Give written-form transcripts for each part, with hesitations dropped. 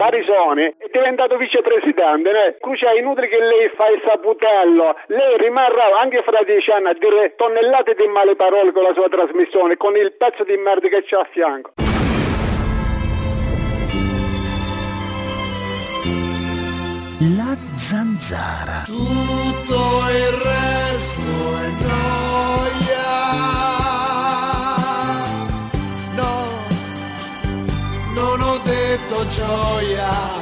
Barisoni è diventato vicepresidente, né? Crucia, è inutile che lei fa il saputello, lei rimarrà anche fra 10 anni a dire tonnellate di male parole con la sua trasmissione, con il pezzo di merda che c'ha a fianco. La zanzara. Tutto il resto è noia. No, non ho detto gioia.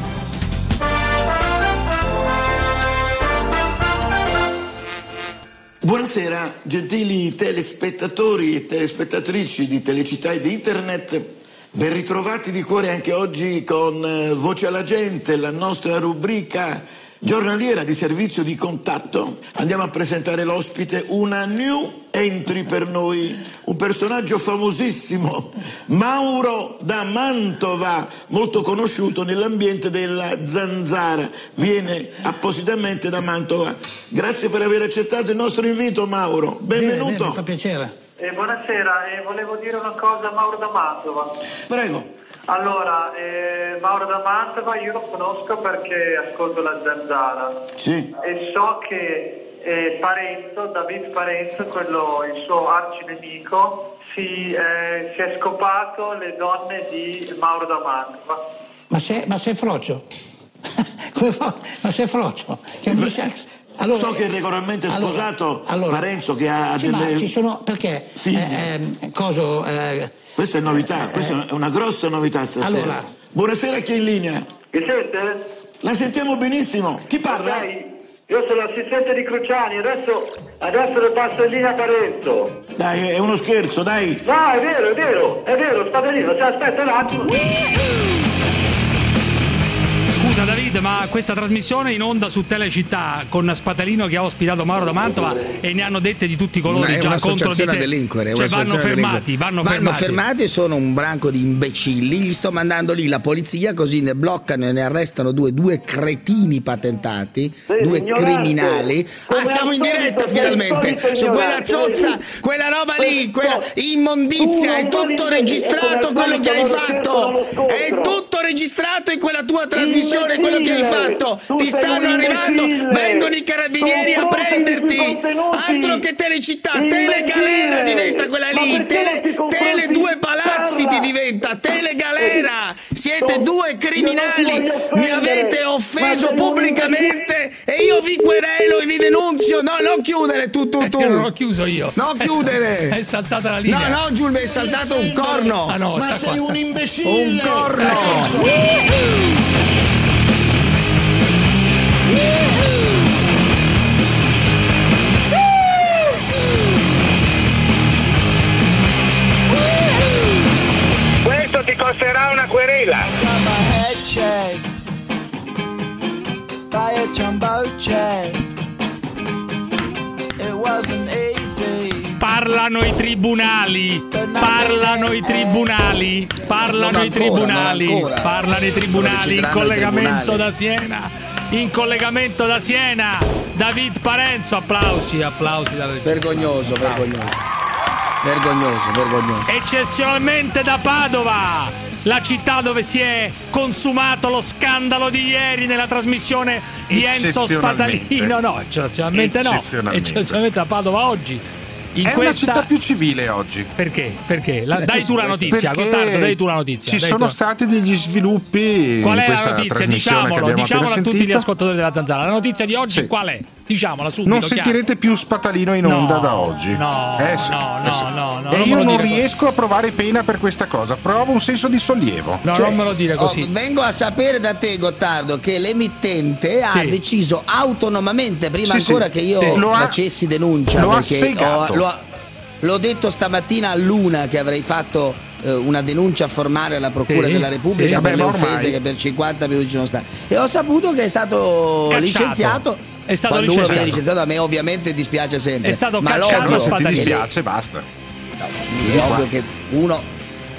Buonasera, gentili telespettatori e telespettatrici di Telecittà e di Internet. Ben ritrovati di cuore anche oggi con Voce alla Gente, la nostra rubrica giornaliera di servizio di contatto. Andiamo a presentare l'ospite, una new entry per noi, un personaggio famosissimo, Mauro da Mantova, molto conosciuto nell'ambiente della zanzara, viene appositamente da Mantova. Grazie per aver accettato il nostro invito, Mauro, benvenuto. Mi fa piacere. Buonasera, volevo dire una cosa a Mauro da Mantova. Prego. Allora, Mauro da Mantova io lo conosco perché ascolto la zanzara. Sì. E so che Parenzo, David Parenzo, il suo arcinemico, si è scopato le donne di Mauro da Mantova. Ma sei frocio? Ma sei frocio? Allora, so che è regolarmente sposato Parenzo, che ha sì, delle... Ma ci sono, perché? Questa è novità, questa è una grossa novità stasera. Allora. Buonasera, chi è in linea? Mi sente? La sentiamo benissimo. Chi parla? Okay. Io sono l'assistente di Cruciani, adesso le passo in linea a Parenzo. Dai, è uno scherzo, dai. No, è vero, Spadolino, aspetta un attimo. Scusa David, ma questa trasmissione è in onda su Telecittà con Spatalino che ha ospitato Mauro da Mantova e ne hanno dette di tutti i colori già contro di te. A delinquere. Cioè vanno fermati. Sono un branco di imbecilli, gli sto mandando lì la polizia così ne bloccano e ne arrestano due cretini patentati, due criminali. Siamo in diretta finalmente su quella zozza, quella roba lì, quella immondizia, è tutto registrato quello che hai fatto, è tutto registrato in quella tua trasmissione. Quello che hai fatto, ti stanno arrivando, vengono i carabinieri a prenderti, altro che Telecittà, telegalera diventa quella lì, tele due palazzi ti diventa, telegalera, siete due criminali, mi avete offeso pubblicamente e io vi querelo e vi denunzio, no, non chiudere tu. Non l'ho chiuso io. Non chiudere. È saltata la linea. No, Giulio, è saltato un corno. No, ma sei un imbecille. Un corno. Questo ti costerà una querela. Parlano i tribunali in collegamento da Siena. David Parenzo, applausi dalla Vergognoso. Eccezionalmente da Padova, la città dove si è consumato lo scandalo di ieri nella trasmissione di Enzo Spatalino. No, eccezionalmente da Padova oggi. Una città più civile oggi. Perché? Dai tu la notizia, Gottardo, dai tu la notizia. Ci sono stati degli sviluppi qual in è questa la notizia? trasmissione che abbiamo Diciamolo a tutti gli sentito. ascoltatori della Zanzara. La notizia di oggi qual è? Diciamola subito. Non sentirete più Spatalino in onda da oggi. No. E io non riesco a provare pena per questa cosa. Provo un senso di sollievo. No, non me lo dire così. Vengo a sapere da te, Gottardo, che l'emittente ha deciso autonomamente, prima ancora che io facessi denuncia, lo ha perché segato. l'ho detto stamattina a Luna che avrei fatto una denuncia formale alla Procura della Repubblica per le offese che per 50 minuti ci sono state. E ho saputo che è stato licenziato. È stato Quando uno viene licenziato, a me ovviamente dispiace sempre. È stato ma cacciato se ti dispiace, basta. È ovvio che uno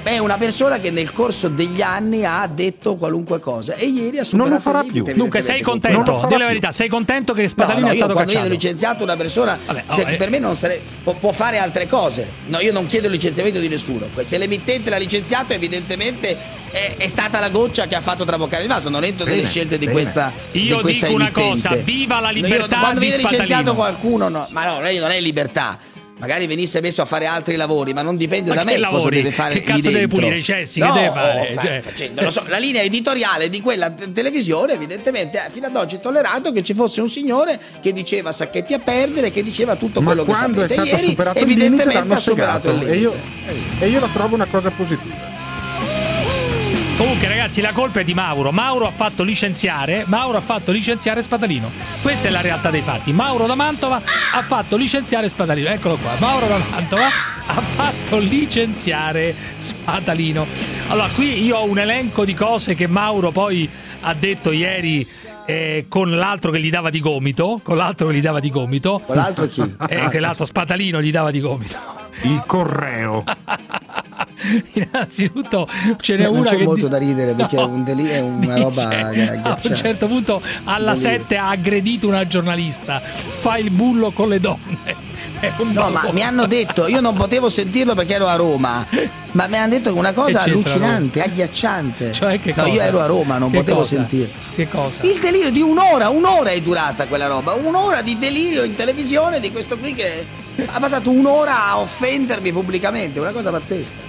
è una persona che nel corso degli anni ha detto qualunque cosa e ieri ha superato non lo farà il limite, più. Dunque sei contento, di la verità, sei contento che Spadalino è stato quando cacciato? io ho licenziato una persona, per me non può fare altre cose. No, io non chiedo il licenziamento di nessuno. Se l'emittente l'ha licenziato, evidentemente è stata la goccia che ha fatto traboccare il vaso. Non entro nelle scelte di questa Io dico una cosa, viva la libertà quando di viene Spadalino. licenziato qualcuno, ma no, lei non è libertà. Magari venisse messo a fare altri lavori, ma non dipende da me cosa deve fare. Che cazzo deve pulire i cessi? Che deve fare? Non lo so, la linea editoriale di quella televisione evidentemente fino ad oggi tollerato che ci fosse un signore che diceva sacchetti a perdere, che diceva tutto quello che sapete. Ieri evidentemente ha superato il limite. E io la trovo una cosa positiva. Comunque ragazzi, la colpa è di Mauro. Mauro ha fatto licenziare Spadalino. Questa è la realtà dei fatti. Mauro da Mantova ha fatto licenziare Spadalino. Eccolo qua. Mauro da Mantova ha fatto licenziare Spadalino. Allora, qui io ho un elenco di cose che Mauro poi ha detto ieri con l'altro che gli dava di gomito. Con l'altro chi? Che l'altro Spadalino gli dava di gomito. Il correo. Innanzitutto ce n'è una non c'è che molto da ridere perché è un delirio, è una roba a un certo punto alla 7 ha aggredito una giornalista, fa il bullo con le donne. No, ma mi hanno detto, io non potevo sentirlo perché ero a Roma, ma mi hanno detto una cosa allucinante, agghiacciante. Cioè, che cosa? No, io ero a Roma, non potevo sentire. Che cosa? Il delirio di un'ora è durata quella roba, un'ora di delirio in televisione di questo qui che ha passato un'ora a offendermi pubblicamente, una cosa pazzesca.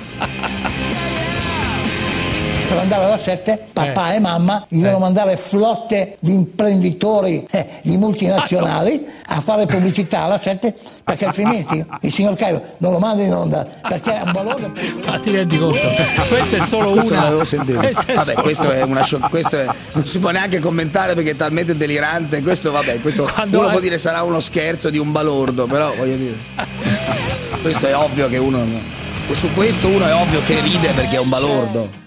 Per andare alla 7, papà e mamma gli devono mandare flotte di imprenditori di multinazionali a fare pubblicità alla 7, perché altrimenti il signor Cairo non lo manda in onda perché è un balordo. Ma ti rendi conto? Questa è solo questo una. Non l'avevo sentito. Questo è una non si può neanche commentare perché è talmente delirante. Questo uno può dire sarà uno scherzo di un balordo, però voglio dire. Questo è ovvio che su questo uno è ovvio che ride perché è un balordo.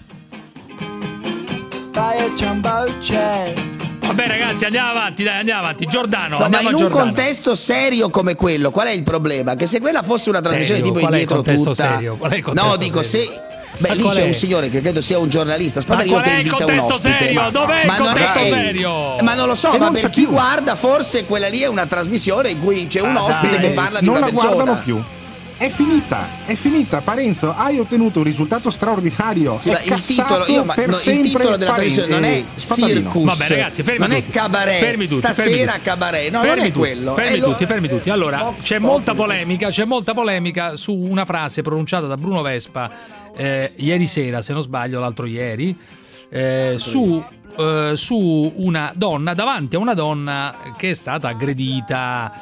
Vabbè ragazzi, andiamo avanti. Giordano, ma in un contesto serio come quello, qual è il problema? Che se quella fosse una trasmissione tipo indietro tutta. Serio? Qual è il contesto dico serio? Lì c'è un signore che credo sia un giornalista Spadalino che invita un ospite. Serio? Dov'è il contesto serio? Ma non lo so, ma per chi guarda forse quella lì è una trasmissione in cui c'è un ospite che parla di una persona. Non la guardano più. È finita, Parenzo, hai ottenuto un risultato straordinario. Sì, il titolo della trasmissione non è Circus. Vabbè ragazzi, non è cabaret. Stasera cabaret. No, non è quello. Fermi tutti. Allora, c'è molta polemica su una frase pronunciata da Bruno Vespa ieri sera, se non sbaglio, l'altro ieri, su una donna, davanti a una donna che è stata aggredita,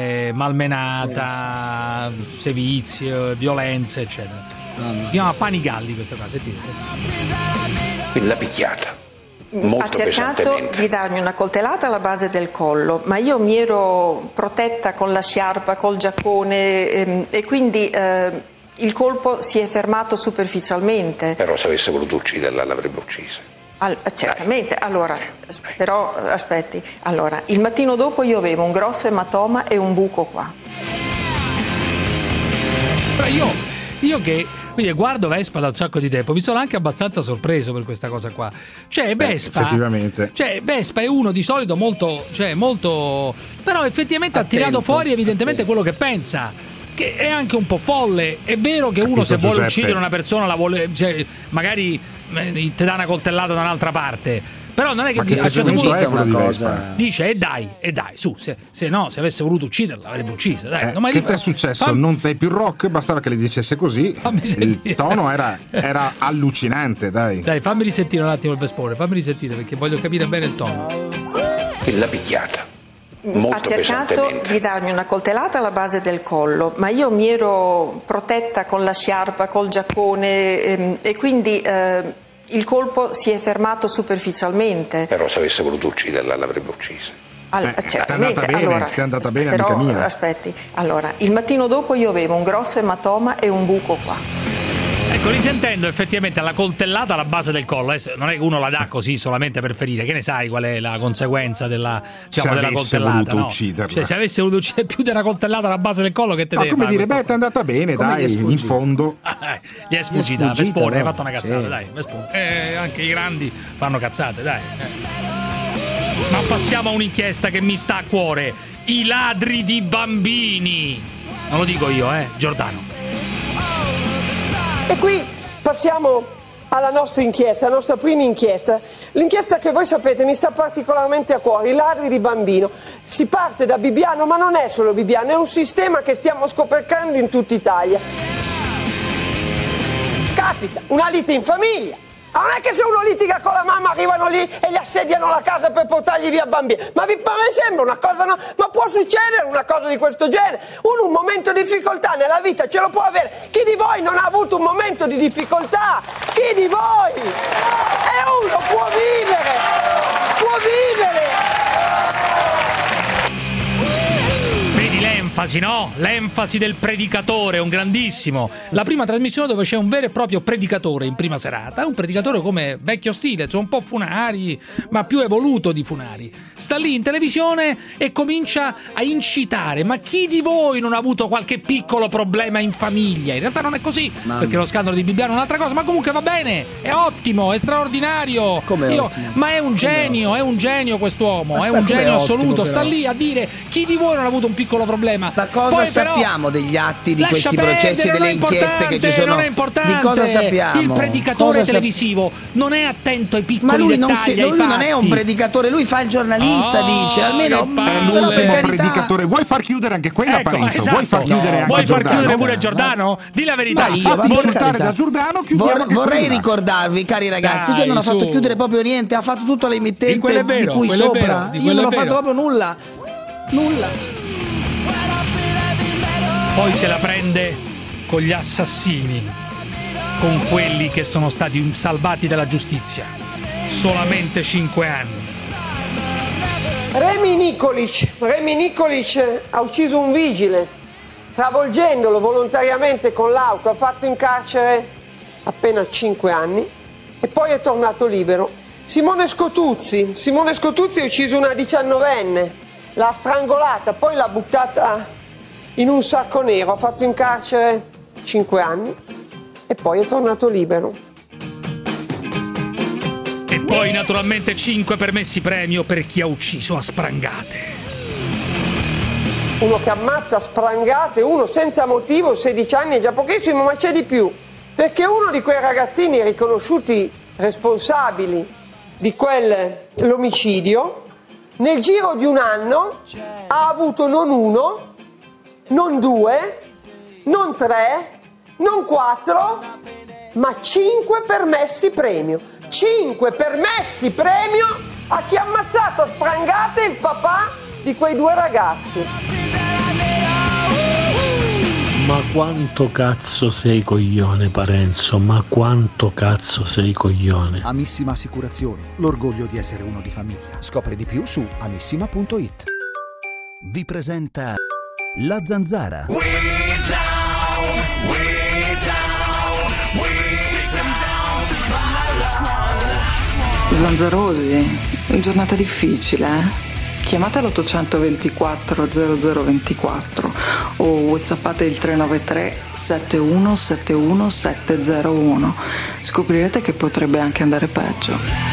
malmenata, sevizio, violenze, eccetera. Si chiama Panigalli questa qua, sentite. La picchiata. Molto ha cercato di darmi una coltellata alla base del collo, ma io mi ero protetta con la sciarpa, col giaccone e quindi il colpo si è fermato superficialmente. Però se avesse voluto ucciderla l'avrebbe uccisa. Certamente, allora, però aspetti, allora, il mattino dopo io avevo un grosso ematoma e un buco qua. Però io che quindi guardo Vespa da un sacco di tempo, mi sono anche abbastanza sorpreso per questa cosa qua. Cioè Vespa, effettivamente. Cioè Vespa è uno di solito molto, però effettivamente ha tirato fuori evidentemente quello che pensa, che è anche un po' folle. È vero che uno se vuole uccidere una persona la vuole, magari ti dà una coltellata da un'altra parte, però non è che a un certo punto è una cosa. Dice e dai su, se avesse voluto ucciderla avrebbe uccisa, dai. Che ti è successo? Non sei più rock? Bastava che le dicesse così. Il tono era allucinante, dai. Dai, fammi risentire un attimo il Vespone, perché voglio capire bene il tono. La picchiata. Ha cercato di darmi una coltellata alla base del collo, ma io mi ero protetta con la sciarpa, col giaccone e quindi il colpo si è fermato superficialmente. Però se avesse voluto ucciderla l'avrebbe uccisa. Certamente, ti è andata bene, però, amica mia. Aspetti, allora, il mattino dopo io avevo un grosso ematoma e un buco qua. Ecco, risentendo effettivamente la coltellata alla base del collo, non è che uno la dà così solamente per ferire, che ne sai qual è la conseguenza della, diciamo, della coltellata? Voluto no? ucciderla. Cioè, se avesse voluto uccidere più di una coltellata alla base del collo, che te deve come fare? dire, beh, ti è andata bene, come dai, in fondo. Gli è sfuggita, Vespone, no? hai fatto una cazzata, Sì. dai, Vespone. Anche i grandi fanno cazzate, dai. Ma passiamo a un'inchiesta che mi sta a cuore. I ladri di bambini. Non lo dico io, Giordano. E qui passiamo alla nostra inchiesta, la nostra prima inchiesta. L'inchiesta che voi sapete mi sta particolarmente a cuore, i ladri di bambino. Si parte da Bibbiano, ma non è solo Bibbiano, è un sistema che stiamo scoperchiando in tutta Italia. Capita, una lite in famiglia. Ma non è che se uno litiga con la mamma arrivano lì e gli assediano la casa per portargli via il bambino. Ma vi sembra una cosa, no? Ma può succedere una cosa di questo genere? Uno un momento di difficoltà nella vita ce lo può avere. Chi di voi non ha avuto un momento di difficoltà? Chi di voi? E uno può vivere! Può vivere! Vedi l'enfasi, no? L'enfasi del predicatore, un grandissimo. La prima trasmissione dove c'è un vero e proprio predicatore in prima serata, un predicatore come vecchio stile, cioè un po' Funari, ma più evoluto di Funari. Sta lì in televisione e comincia a incitare. Ma chi di voi non ha avuto qualche piccolo problema in famiglia? In realtà non è così, perché lo scandalo di Bibbiano è un'altra cosa, ma comunque va bene, è ottimo, è straordinario. Ma è un genio quest'uomo, è un genio assoluto. Sta lì a dire chi di voi non ha avuto un piccolo problema. Ma cosa poi, sappiamo degli atti di questi perdere, processi, delle inchieste che ci sono? Non è importante. Di cosa sappiamo? Il predicatore televisivo non è attento ai piccoli ma lui dettagli, lui non è un predicatore, lui fa il giornalista, dice almeno è l'ultimo predicatore. Vuoi far chiudere anche quella, Parenzo? Esatto. Vuoi far chiudere anche Giordano? Vuoi far chiudere pure Giordano? Di la verità. Fatti insultare da Giordano, chiudiamo anche vorrei quella. ricordarvi, cari ragazzi, che io non ho fatto chiudere proprio niente, ha fatto tutto l'emittente di cui sopra. Io non ho fatto proprio nulla. Poi se la prende con gli assassini, con quelli che sono stati salvati dalla giustizia. Solamente 5 anni. Remi Nikolic ha ucciso un vigile, travolgendolo volontariamente con l'auto, ha fatto in carcere appena 5 anni e poi è tornato libero. Simone Scotuzzi ha ucciso una 19enne, l'ha strangolata, poi l'ha buttata in un sacco nero, ha fatto in carcere 5 anni e poi è tornato libero. E poi naturalmente 5 permessi premio per chi ha ucciso a sprangate. Uno che ammazza a sprangate, uno senza motivo, 16 anni è già pochissimo, ma c'è di più, perché uno di quei ragazzini riconosciuti responsabili di quell'omicidio nel giro di un anno ha avuto non 1, non 2, non 3, non 4, ma 5 permessi premio. 5 permessi premio a chi ha ammazzato a sprangate il papà di quei 2 ragazzi. Ma quanto cazzo sei coglione, Parenzo, ma quanto cazzo sei coglione. Amissima Assicurazioni, l'orgoglio di essere uno di famiglia. Scopri di più su amissima.it. Vi presenta La Zanzara. Zanzarosi, giornata difficile, eh? Chiamate l'824 0024 o whatsappate il 393 7171 701. Scoprirete che potrebbe anche andare peggio.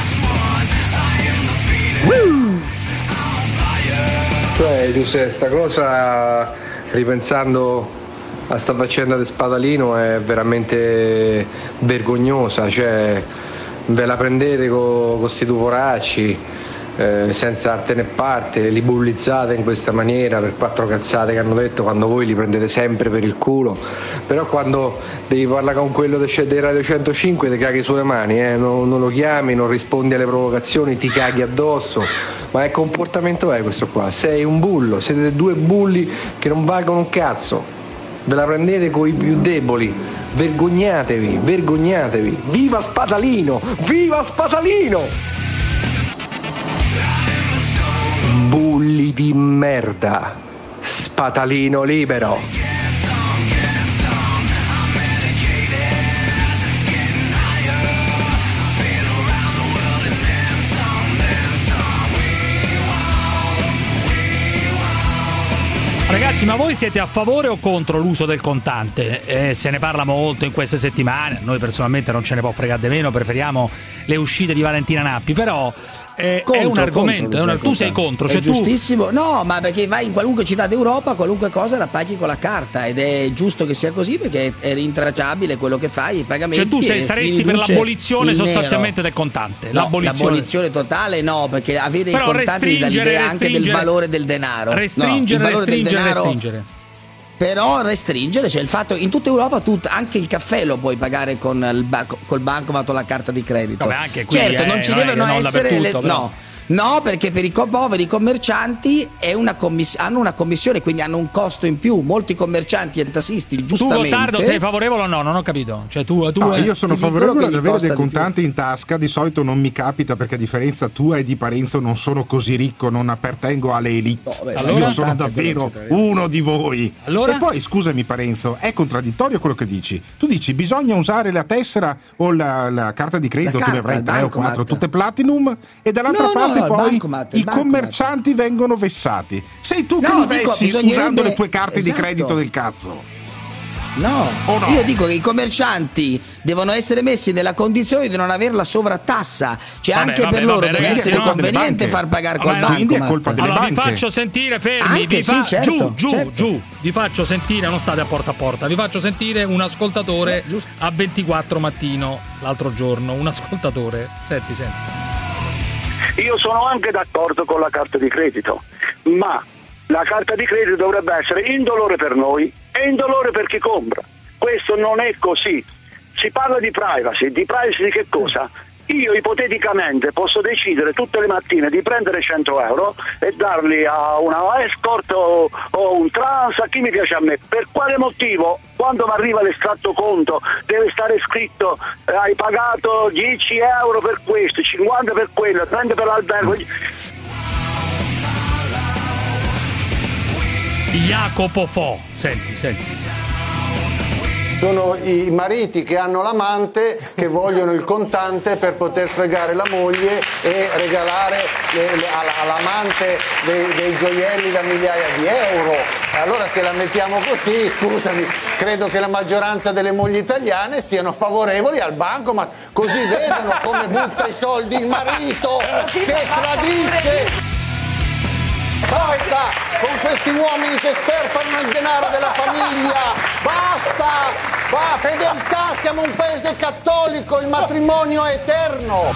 Cioè, Giuseppe, sta cosa, ripensando a sta faccenda di Spadalino, è veramente vergognosa. Cioè, ve la prendete con questi due poracci, senza arte né parte, li bullizzate in questa maniera per 4 cazzate che hanno detto, quando voi li prendete sempre per il culo. Però quando devi parlare con quello di Radio 105 ti caghi sulle mani, non lo chiami, non rispondi alle provocazioni, ti caghi addosso. Ma che comportamento è questo qua? Sei un bullo, siete 2 bulli che non valgono un cazzo. Ve la prendete coi più deboli. Vergognatevi, vergognatevi. Viva Spadalino! Viva Spadalino! Bulli di merda. Spadalino libero. Ragazzi, ma voi siete a favore o contro l'uso del contante? Se ne parla molto in queste settimane. Noi personalmente non ce ne può fregare di meno, preferiamo le uscite di Valentina Nappi, però è un argomento. Tu sei contro, cioè è giustissimo. No, ma perché vai in qualunque città d'Europa, qualunque cosa la paghi con la carta, ed è giusto che sia così, perché è rintracciabile quello che fai, i pagamenti. Cioè tu saresti per l'abolizione sostanzialmente del contante? No, l'abolizione totale no, perché avere però i contanti ti dà l'idea anche del valore del denaro. Restringere. Però restringere, cioè il fatto in tutta Europa anche il caffè lo puoi pagare col bancomat o la carta di credito. Vabbè, anche qui, certo, non ci devono essere No, perché per i poveri commercianti hanno una commissione, quindi hanno un costo in più. Molti commercianti e tassisti, giustamente. Tu, Gottardo, sei favorevole o no? Non ho capito. Cioè, io sono favorevole ad avere dei contanti in tasca. Di solito non mi capita, perché a differenza tua e di Parenzo non sono così ricco, non appartengo alle elite. Io sono davvero uno di voi. E poi, scusami Parenzo, è contraddittorio quello che dici. Tu dici bisogna usare la tessera o la carta di credito, tu ne avrai 3 o 4, tutte platinum, e dall'altra parte poi i commercianti vengono vessati. Sei tu che li vessi usando le tue carte di credito del cazzo. No, io dico che i commercianti devono essere messi nella condizione di non avere la sovrattassa. Anche per loro deve essere conveniente far pagare col banco. Quindi è colpa delle banche. Vi faccio sentire, fermi, giù, vi faccio sentire, non state a porta, vi faccio sentire un ascoltatore a 24 mattino l'altro giorno, un ascoltatore. Senti. Io sono anche d'accordo con la carta di credito, ma la carta di credito dovrebbe essere indolore per noi e indolore per chi compra. Questo non è così. Si parla di privacy di che cosa? Io ipoteticamente posso decidere tutte le mattine di prendere 100 euro e darli a una escort o un trans, a chi mi piace a me. Per quale motivo, quando mi arriva l'estratto conto, deve stare scritto hai pagato 10 euro per questo, 50 per quello, 30 per l'albergo? Jacopo Fo, senti. Sono i mariti che hanno l'amante, che vogliono il contante per poter fregare la moglie e regalare all'amante dei gioielli da migliaia di euro. Allora, se la mettiamo così, scusami, credo che la maggioranza delle mogli italiane siano favorevoli al banco, ma così vedono come butta i soldi il marito che tradisce. Basta con questi uomini che sperpano il denaro della famiglia, basta, fedeltà, siamo un paese cattolico, il matrimonio è eterno.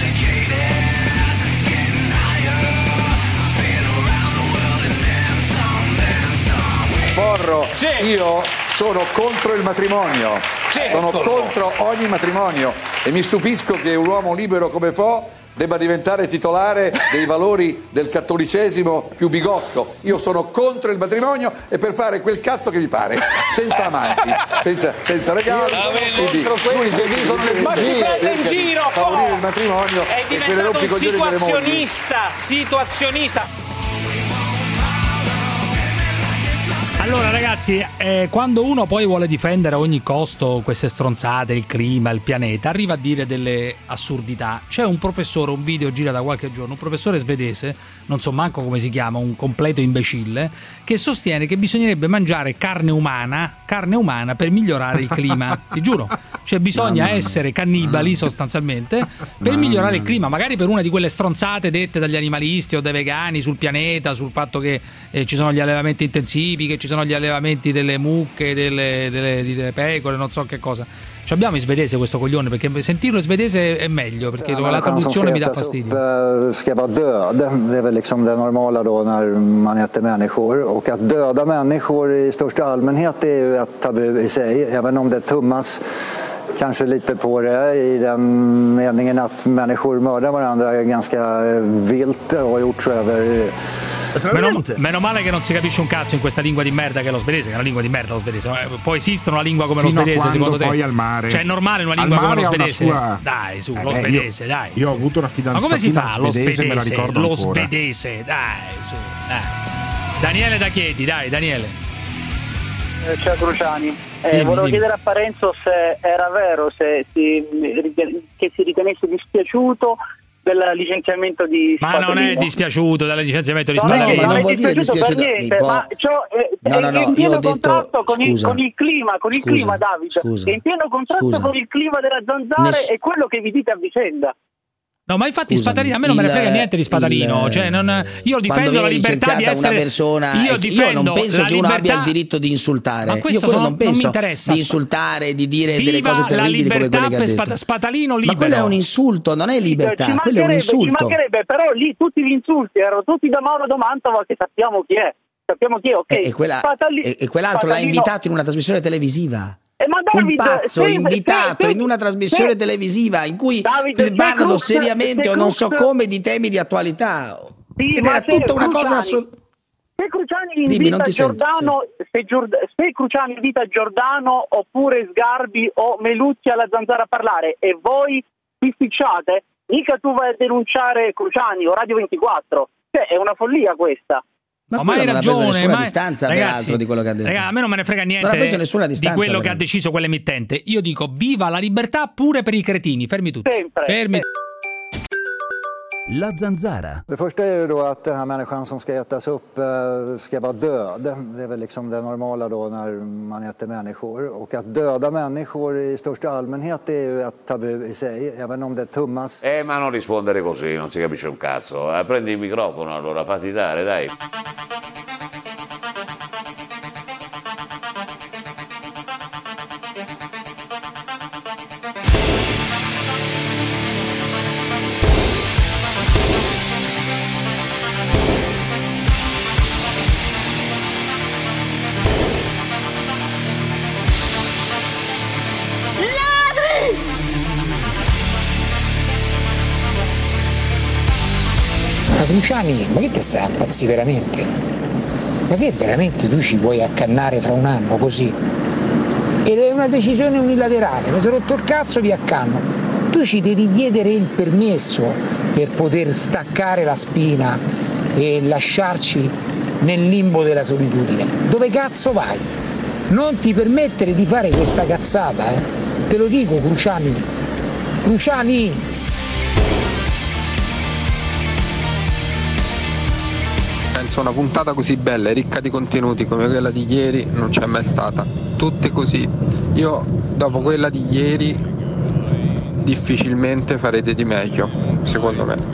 Porro, io sono contro il matrimonio, sono contro ogni matrimonio e mi stupisco che un uomo libero come Fo debba diventare titolare dei valori del cattolicesimo più bigotto. Io sono contro il matrimonio e per fare quel cazzo che mi pare, senza amanti, senza regali. Contro quelli che dicono le ma si prende in giro, favorire il matrimonio è diventato un situazionista. Allora ragazzi, quando uno poi vuole difendere a ogni costo queste stronzate, il clima, il pianeta, arriva a dire delle assurdità. C'è un professore, un video gira da qualche giorno, un professore svedese, non so manco come si chiama, un completo imbecille, che sostiene che bisognerebbe mangiare carne umana per migliorare il clima. Ti giuro, cioè bisogna essere cannibali sostanzialmente per migliorare il clima, magari per una di quelle stronzate dette dagli animalisti o dai vegani sul pianeta, sul fatto che ci sono gli allevamenti intensivi, che ci sono gli allevamenti delle mucche, delle pecore, non so che cosa. Ci abbiamo in svedese questo coglione, perché sentirlo in svedese è meglio, perché la traduzione mi dà fastidio. Ska vara död, det är väl liksom det normala då när man äter människor, och att döda människor i största allmänhet är ju ett tabu i sig, även om det tummas kanske lite på det i den meningen att människor mördar varandra ganska vilt och har gjort så över. Meno male che non si capisce un cazzo in questa lingua di merda che è lo svedese, che è una lingua di merda lo svedese. Può esistere una lingua come lo svedese, secondo te? Poi al mare. Cioè è normale una lingua come lo svedese? Dai, su, lo svedese, dai. Io ho avuto una fidanzatina. Ma come si fa lo svedese? Me la ricordo lo ancora. Svedese, dai, su, dai. Daniele da Chieti, dai, Daniele. Ciao Cruciani. Volevo chiedere a Parenzo se era vero che si ritenesse dispiaciuto del licenziamento di Spadolino. Ma non è dispiaciuto del licenziamento di Spadolino? No, ma non vuol dire dispiaciuto per niente, ma in pieno contrasto con il clima, Davide, è in pieno contrasto con il clima della Zanzare e quello che vi dite a vicenda. No, ma infatti Spadalino, a me non me ne frega niente di Spadalino, cioè io difendo la libertà di essere una persona, io non penso che uno abbia il diritto di insultare. Ma io non penso di insultare, di dire delle cose terribili come quelle che ha detto. Spadalino libero. Ma quello è un insulto, non è libertà, quello è un insulto. Ci mancherebbe, però lì tutti gli insulti erano tutti da Mauro Domantova, che sappiamo chi è, ok. E quell'altro l'ha invitato in una trasmissione televisiva. Ma David, un pazzo invitato in una trasmissione televisiva in cui parlano seriamente o non so come di temi di attualità, ed era tutta una cosa se Cruciani invita Giordano, se Cruciani invita Giordano oppure Sgarbi o Meluzzi alla Zanzara a parlare e voi vi spicciate, mica tu vai a denunciare Cruciani o Radio 24, cioè è una follia questa. Ma hai ragione, nessuna distanza, peraltro, di quello che ha detto. A me non me ne frega niente di quello che ha deciso quell'emittente. Io dico viva la libertà pure per i cretini. Fermi tutti. Fermi. La Zanzara. Det första är ju då att den här människan som ska ätas upp ska vara död. Det är väl liksom det normala då när man äter människor. Och att döda människor i största allmänhet är ju ett tabu i sig, även om det tummas. Ma non rispondere così, non si capisce un cazzo. Prendi il microfono allora, fatti dare, dai. Cruciani, ma che te stai a impazzire veramente? Ma che veramente tu ci puoi accannare fra un anno così? Ed è una decisione unilaterale, mi sono rotto il cazzo, vi accanno. Tu ci devi chiedere il permesso per poter staccare la spina e lasciarci nel limbo della solitudine. Dove cazzo vai? Non ti permettere di fare questa cazzata, Te lo dico, Cruciani. Cruciani! Penso una puntata così bella e ricca di contenuti come quella di ieri non c'è mai stata. Tutte così. Io dopo quella di ieri difficilmente farete di meglio, secondo me.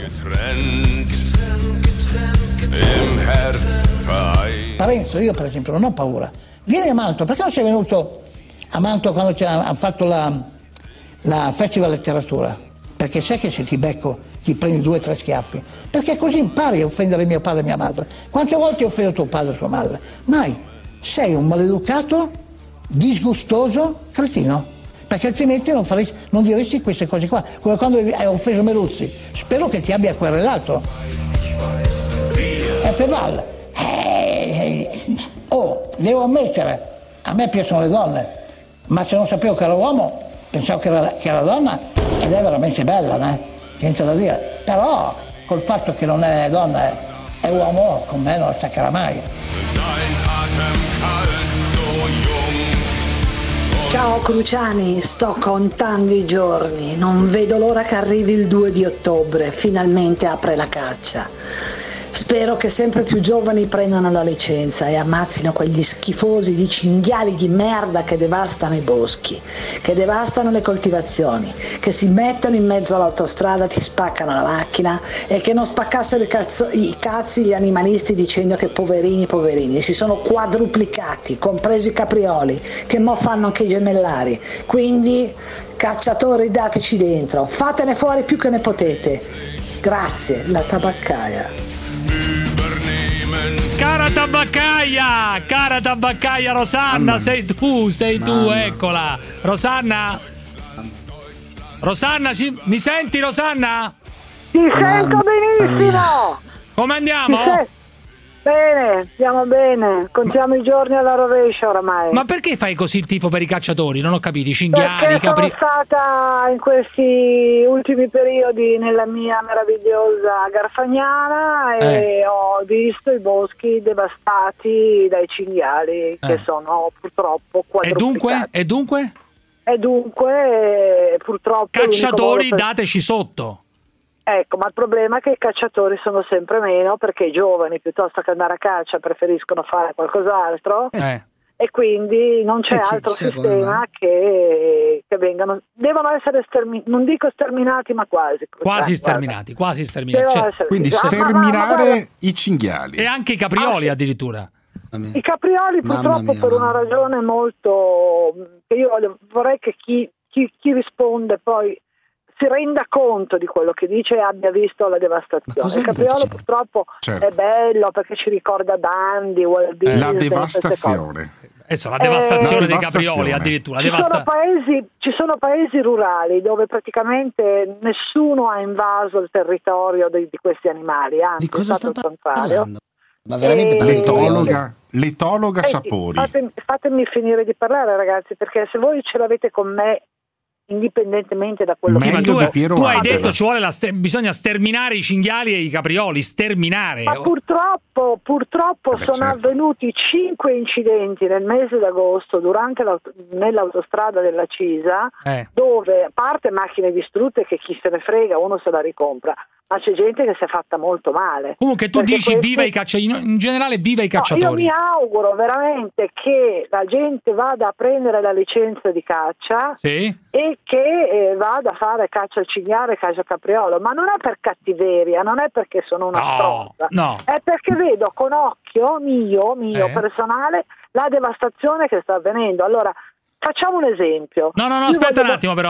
Parenzo, io per esempio non ho paura. Vieni a Mantova, perché non sei venuto a Mantova quando ha fatto la Festival Letteratura? Perché sai che se ti becco ti prendi 2 o 3 schiaffi, perché così impari a offendere mio padre e mia madre. Quante volte hai offeso tuo padre e tua madre? Mai. Sei un maleducato, disgustoso, cretino, perché altrimenti non diresti queste cose qua. Come quando hai offeso Meluzzi, spero che ti abbia querelato. È Feval. Devo ammettere, a me piacciono le donne, ma se non sapevo che era uomo pensavo che era donna, ed è veramente bella, niente da dire, però col fatto che non è donna è uomo, con me non attaccherà mai. Ciao Cruciani, sto contando i giorni, non vedo l'ora che arrivi il 2 di ottobre, finalmente apre la caccia. Spero che sempre più giovani prendano la licenza e ammazzino quegli schifosi di cinghiali di merda che devastano i boschi, che devastano le coltivazioni, che si mettono in mezzo all'autostrada, ti spaccano la macchina, e che non spaccassero i cazzi gli animalisti dicendo che poverini, si sono quadruplicati, compresi i caprioli, che mo fanno anche i gemellari. Quindi, cacciatori, dateci dentro, fatene fuori più che ne potete. Grazie, la tabaccaia. Cara tabaccaia Rosanna, sei tu, eccola. Rosanna, mi senti, Rosanna? Ti sento benissimo. Come andiamo? Bene, stiamo bene, contiamo i giorni alla rovescia oramai. Ma perché fai così il tifo per i cacciatori? Non ho capito, i cinghiali, i capri... Sono stata in questi ultimi periodi nella mia meravigliosa Garfagnana e ho visto i boschi devastati dai cinghiali che sono purtroppo quadruplicati. E dunque? E dunque purtroppo... Cacciatori, dateci sotto. Ecco, ma il problema è che i cacciatori sono sempre meno, perché i giovani, piuttosto che andare a caccia, preferiscono fare qualcos'altro. E quindi non c'è altro sistema che vengano, devono essere non dico sterminati, ma quasi sterminati. Quindi sterminare i cinghiali e anche i caprioli addirittura. I caprioli purtroppo per una ragione molto, che io vorrei che chi risponde poi si renda conto di quello che dice e abbia visto la devastazione. Il capriolo purtroppo è bello perché ci ricorda Dandy, Walt Disney, la devastazione. La devastazione dei caprioli addirittura. Ci sono paesi rurali dove praticamente nessuno ha invaso il territorio di questi animali, anzi di cosa sta parlando? Ma veramente l'etologa Sapori. Fatemi finire di parlare, ragazzi, perché se voi ce l'avete con me, indipendentemente da quello che tu hai detto, bisogna sterminare i cinghiali e i caprioli, sterminare. Ma purtroppo sono avvenuti 5 incidenti nel mese d'agosto nell'autostrada della Cisa, dove, a parte macchine distrutte che chi se ne frega, uno se la ricompra, ma c'è gente che si è fatta molto male. Comunque tu dici viva i cacciatori, in generale viva i cacciatori. Io mi auguro veramente che la gente vada a prendere la licenza di caccia e che vada a fare caccia al cinghiale, caccia al capriolo, ma non è per cattiveria, non è perché sono una stronza, è perché vedo con occhio mio personale la devastazione che sta avvenendo. Allora, facciamo un esempio. No, aspetta un attimo.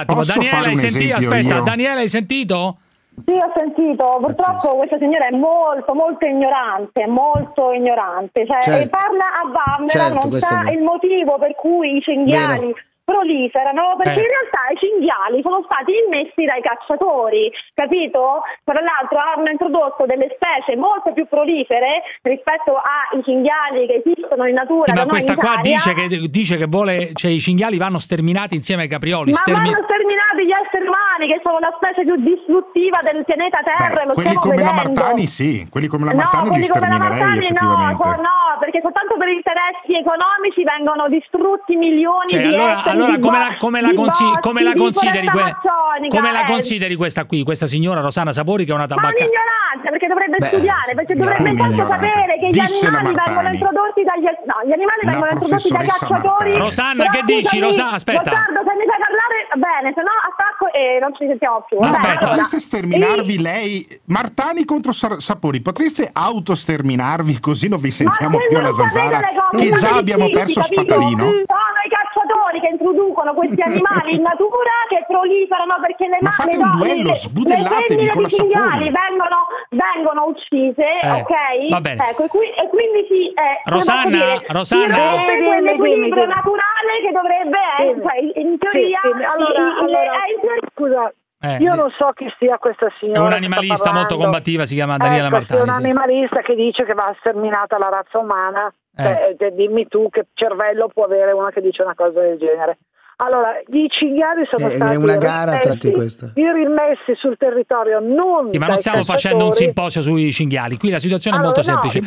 Daniele, hai sentito? Sì, ho sentito. Purtroppo questa signora è molto ignorante, cioè, e parla a vanvera, non sa il motivo per cui i cinghiali proliferano, perché in realtà i cinghiali sono stati immessi dai cacciatori, capito? Tra l'altro hanno introdotto delle specie molto più prolifere rispetto ai cinghiali che esistono in natura. Ma questa qua dice che i cinghiali vanno sterminati insieme ai caprioli. Ma vanno sterminati gli esseri umani, che sono la specie più distruttiva del pianeta Terra. Quelli come la Martani li sterminerei effettivamente. No, perché soltanto per interessi economici vengono distrutti milioni di ettari. Allora come la consideri questa signora Rossana Sapori, che è una tabacca? Ma l'ignoranza, perché dovrebbe studiare, perché dovrebbe intanto sapere che gli animali vengono introdotti dagli cacciatori. Rosanna, che dici? Aspetta. Gottardo, se mi fai parlare bene, se no attacco e non ci sentiamo più. Potreste sterminarvi lei, Martani contro Sapori, potreste autosterminarvi così non vi sentiamo più alla zanzara, che già abbiamo perso Spatalino? Sono i cacciatori che introducono questi animali in natura, che proliferano perché le fate un duello, sbudellatevi con la Sapori. Vengono uccise, ok? Va bene. Ecco, e quindi Rosanna, quell'equilibrio naturale che dovrebbe essere, in teoria, scusa. Io non so chi sia questa signora. È un'animalista molto combattiva, si chiama Daniela Martani. È un animalista che dice che va sterminata la razza umana. Dimmi tu che cervello può avere una che dice una cosa del genere. Allora, i cinghiali sono stati rimessi sul territorio ma non stiamo facendo un simposio sui cinghiali, qui la situazione è molto semplice.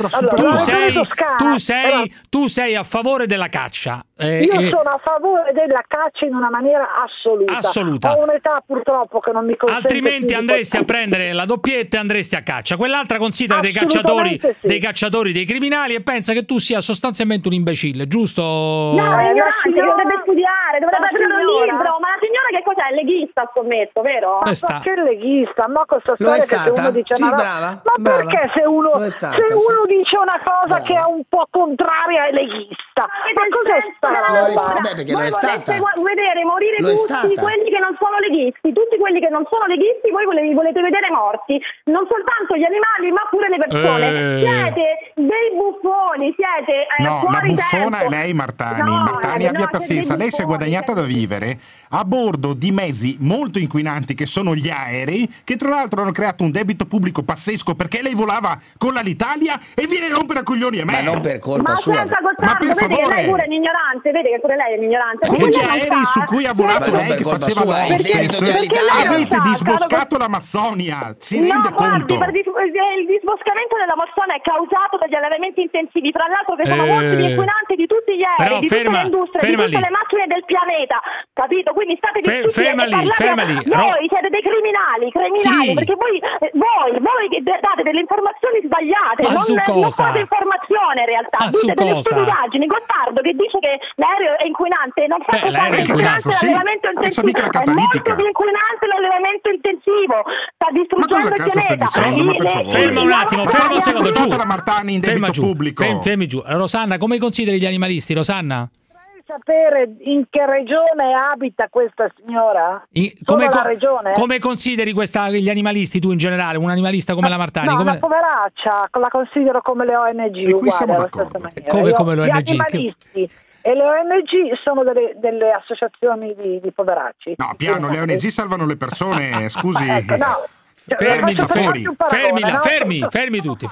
Tu sei a favore della caccia. Io sono a favore della caccia in una maniera assoluta. Ho un'età purtroppo che non mi consente. Altrimenti andresti a prendere la doppietta e andresti a caccia. Quell'altra considera dei cacciatori, dei criminali, e pensa che tu sia sostanzialmente un imbecille, giusto? No, dovrebbe studiare, dovrebbe aprire un libro. Ma la signora che cos'è? Leghista, scommetto, vero? Ma che leghista? Ma questa storia che se uno dice brava. Perché se uno dice una cosa che è un po' contraria è leghista? Ma cos'è sta roba? Perché lo è stata. Vedere morire tutti quelli che non sono leghisti, tutti quelli che non sono leghisti, voi li volete vedere morti, non soltanto gli animali ma pure le persone. Siete dei buffoni, siete la buffona è lei, Martani. Martani, abbia pazienza, lei si è guadagnata da vivere a bordo di mezzi molto inquinanti che sono gli aerei, che tra l'altro hanno creato un debito pubblico pazzesco, perché lei volava con l'Alitalia e viene a rompere a coglioni a me. Ma non per colpa sua. Ma per favore, lei pure è ignorante, vede che pure lei è ignorante. Con gli aerei su cui ha volato lei, che faceva l'hostess, avete disboscato l'Amazzonia, si rende conto? Il disboscamento dell'Amazzonia è causato dagli allevamenti intensivi, tra l'altro che sono molti più inquinanti di tutti gli aerei, di tutte le industrie, di tutte le macchine del pianeta, capito? Quindi state ferma lì. Voi siete dei criminali, perché voi date delle informazioni sbagliate, non fate informazione in realtà, dite delle stupidaggini. Gottardo che dice che l'aereo è inquinante, non fa inquinante l'allevamento intensivo, è molto più inquinante l'allevamento intensivo, sta distruggendo il pianeta. Ferma un attimo, ferma un secondo, giù. La Martani in debito pubblico. Fermi giù. Rosanna, come consideri gli animalisti, Rosanna? Sapere in che regione abita questa signora? Come consideri gli animalisti tu in generale? Un animalista come la Martani? No, una poveraccia, la considero come le ONG. E qui siamo d'accordo. Come le ONG? Gli animalisti e le ONG sono delle associazioni di poveracci. No, piano, le ONG salvano le persone, scusi. No. Fermi tutti.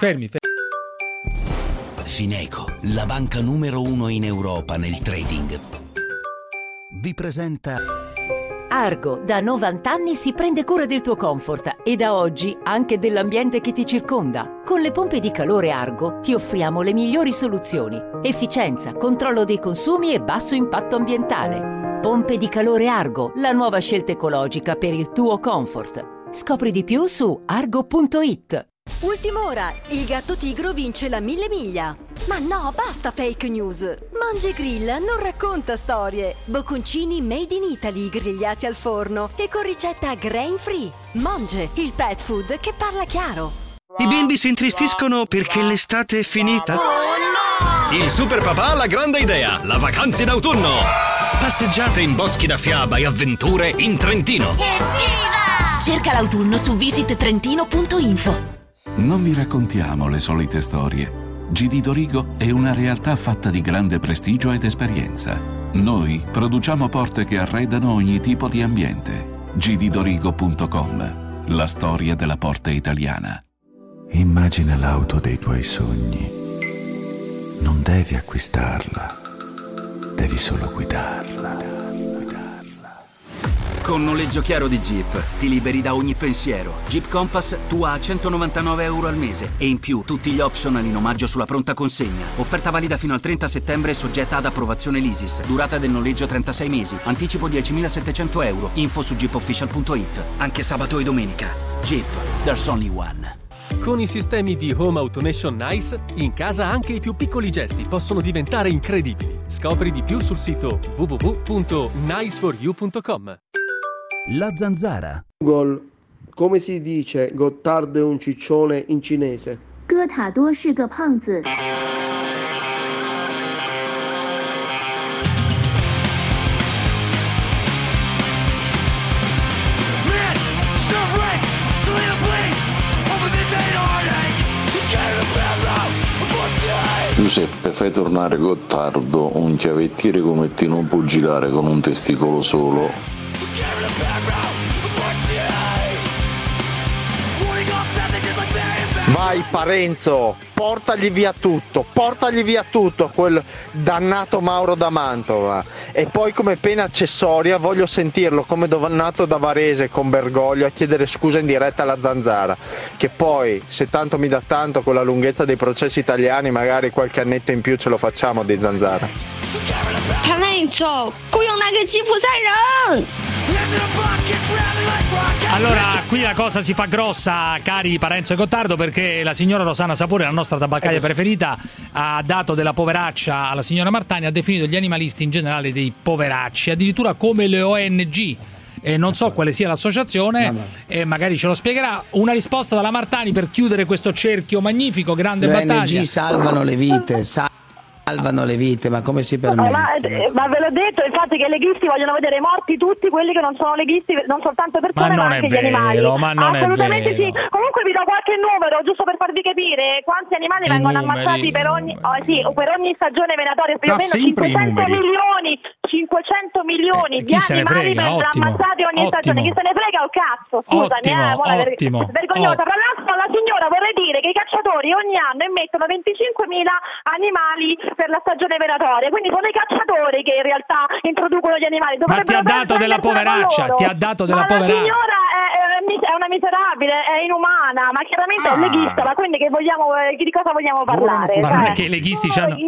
Fineco, la banca numero 1 in Europa nel trading, vi presenta Argo. Da 90 anni si prende cura del tuo comfort e da oggi anche dell'ambiente che ti circonda. Con le pompe di calore Argo ti offriamo le migliori soluzioni: efficienza, controllo dei consumi e basso impatto ambientale. Pompe di calore Argo, la nuova scelta ecologica per il tuo comfort. Scopri di più su argo.it. Ultima ora, il gatto tigro vince la 1000 miglia. Ma no, basta fake news. Monge Grill non racconta storie. Bocconcini made in Italy grigliati al forno e con ricetta grain free. Monge, il pet food che parla chiaro. I bimbi si intristiscono perché l'estate è finita? Oh no! Il super papà ha la grande idea, la vacanza in autunno. Passeggiate in boschi da fiaba e avventure in Trentino. Evviva! Cerca l'autunno su visittrentino.info. Non vi raccontiamo le solite storie. GD Dorigo è una realtà fatta di grande prestigio ed esperienza. Noi produciamo porte che arredano ogni tipo di ambiente. gddorigo.com, la storia della porta italiana. Immagina l'auto dei tuoi sogni. Non devi acquistarla, devi solo guidarla. Con noleggio chiaro di Jeep ti liberi da ogni pensiero. Jeep Compass tua a €199 al mese e in più tutti gli optional in omaggio sulla pronta consegna. Offerta valida fino al 30 settembre soggetta ad approvazione Leasys. Durata del noleggio 36 mesi. Anticipo €10.700. Info su jeepofficial.it. Anche sabato e domenica. Jeep, there's only one. Con i sistemi di Home Automation Nice, in casa anche i più piccoli gesti possono diventare incredibili. Scopri di più sul sito www.niceforyou.com. La zanzara. Google, come si dice Gottardo è un ciccione in cinese? 哥塔多是个胖子。 Giuseppe, fai tornare Gottardo, un chiavettiere come te non può girare con un testicolo solo. Vai Parenzo, portagli via tutto quel dannato Mauro da Mantova. E poi come pena accessoria voglio sentirlo come dannato da Varese con Bergoglio a chiedere scusa in diretta alla Zanzara, che poi se tanto mi dà tanto con la lunghezza dei processi italiani magari qualche annetto in più ce lo facciamo di Zanzara. Parenzo, 雇佣那个吉普赛人。 Allora, qui la cosa si fa grossa, cari Parenzo e Gottardo, perché la signora Rosanna Sapore, la nostra tabaccaia preferita, ha dato della poveraccia alla signora Martani, ha definito gli animalisti in generale dei poveracci, addirittura come le ONG. E non so quale sia l'associazione, e magari ce lo spiegherà. Una risposta dalla Martani per chiudere questo cerchio magnifico, grande le battaglia. Le ONG salvano le vite, salvano le vite, ma come si permette? Ma ve l'ho detto, infatti, che i leghisti vogliono vedere morti tutti quelli che non sono leghisti, non soltanto persone, ma anche gli animali. Ma non assolutamente è vero. sì. Comunque vi do qualche numero, giusto per farvi capire quanti animali vengono ammazzati per ogni stagione venatoria, più o meno 500 milioni di animali vengono ammazzati ogni stagione. Chi se ne frega o cazzo? Scusami, vergognosa. Tra l'altro alla signora vorrei dire che i cacciatori ogni anno immettono 25.000 animali per la stagione venatoria, quindi sono i cacciatori che in realtà introducono gli animali. Ma ti ha dato della poveraccia, ti ha dato della poveraccia. La signora è una miserabile, è inumana, ma chiaramente è leghista, ma quindi di cosa vogliamo parlare? Ma non è che i leghisti c'hanno...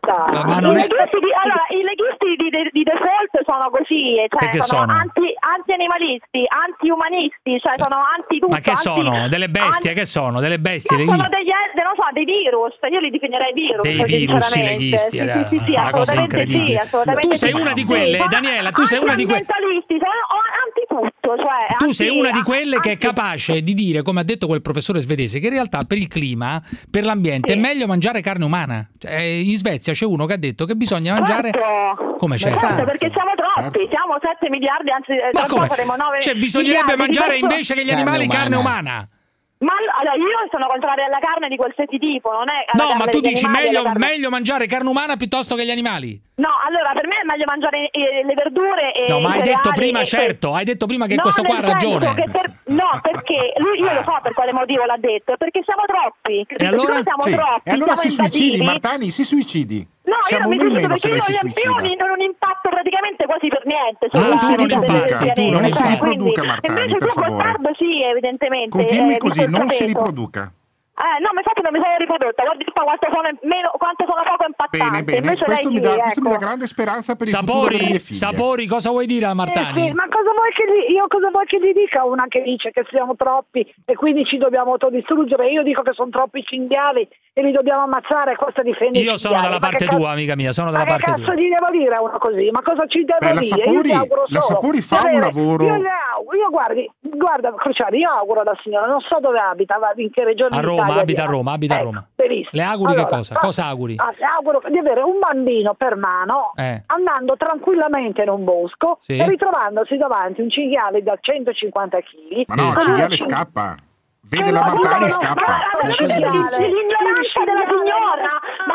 sta. Ma non è... I leghisti di default sono così, cioè sono anti-animalisti, anti-umanisti, cioè sono anti-tutto. Ma che sono? Delle bestie? Che sono? Delle bestie? Sono dei virus, io li definirei virus. Dei virus i leghisti, sì, una cosa incredibile. Tu sei una di quelle, Daniela, tu sei una di quelle. Antitutto, cioè tu sei una di quelle che è capace di dire, come ha detto quel professore svedese, che in realtà per il clima, per l'ambiente, è meglio mangiare carne umana. Cioè, in Svezia c'è uno che ha detto che bisogna mangiare... Come certo? Perché siamo troppi, siamo 7 miliardi, anzi saremo 9 cioè bisognerebbe mangiare invece che gli animali carne umana. Ma allora io sono contraria alla carne di qualsiasi tipo, non è no, ma tu dici meglio mangiare carne umana piuttosto che gli animali? No, allora per me è meglio mangiare le verdure e no, ma hai detto prima, hai detto prima che questo qua ha ragione. No, perché io lo so per quale motivo l'ha detto, perché siamo troppi. E allora? Siamo troppi. E allora si suicidi, Martani, si suicidi. No, siamo io non mi meno perché io non impatto praticamente quasi per niente. Non si riproduca, Martani, per favore. Sì, evidentemente. Continui così, non si riproduca. No, ma infatti non mi sono riprodotta, guardi quanto sono poco impattante. Bene, questo mi dà grande speranza per il futuro delle mie figlie. Sapori, cosa vuoi dire a Martani? Sì, ma cosa vuoi che gli dica una che dice che siamo troppi e quindi ci dobbiamo autodistruggere? Io dico che sono troppi cinghiali e li dobbiamo ammazzare, questo difende. Io sono dalla parte tua, amica mia, sono dalla parte tua. Ma che cazzo gli devo dire a uno così? Ma cosa ci devo dire? La Sapori fa un lavoro. Io guarda Cruciani, io auguro alla signora, non so dove abita, in che regione a Roma, abita a Roma. Benissimo. Le auguri che cosa? Cosa auguri? Le auguro di avere un bambino per mano andando tranquillamente in un bosco e ritrovandosi davanti un cinghiale da 150 kg. Ma no, il cinghiale scappa. Vede la Martani scappa. L'ignoranza della signora,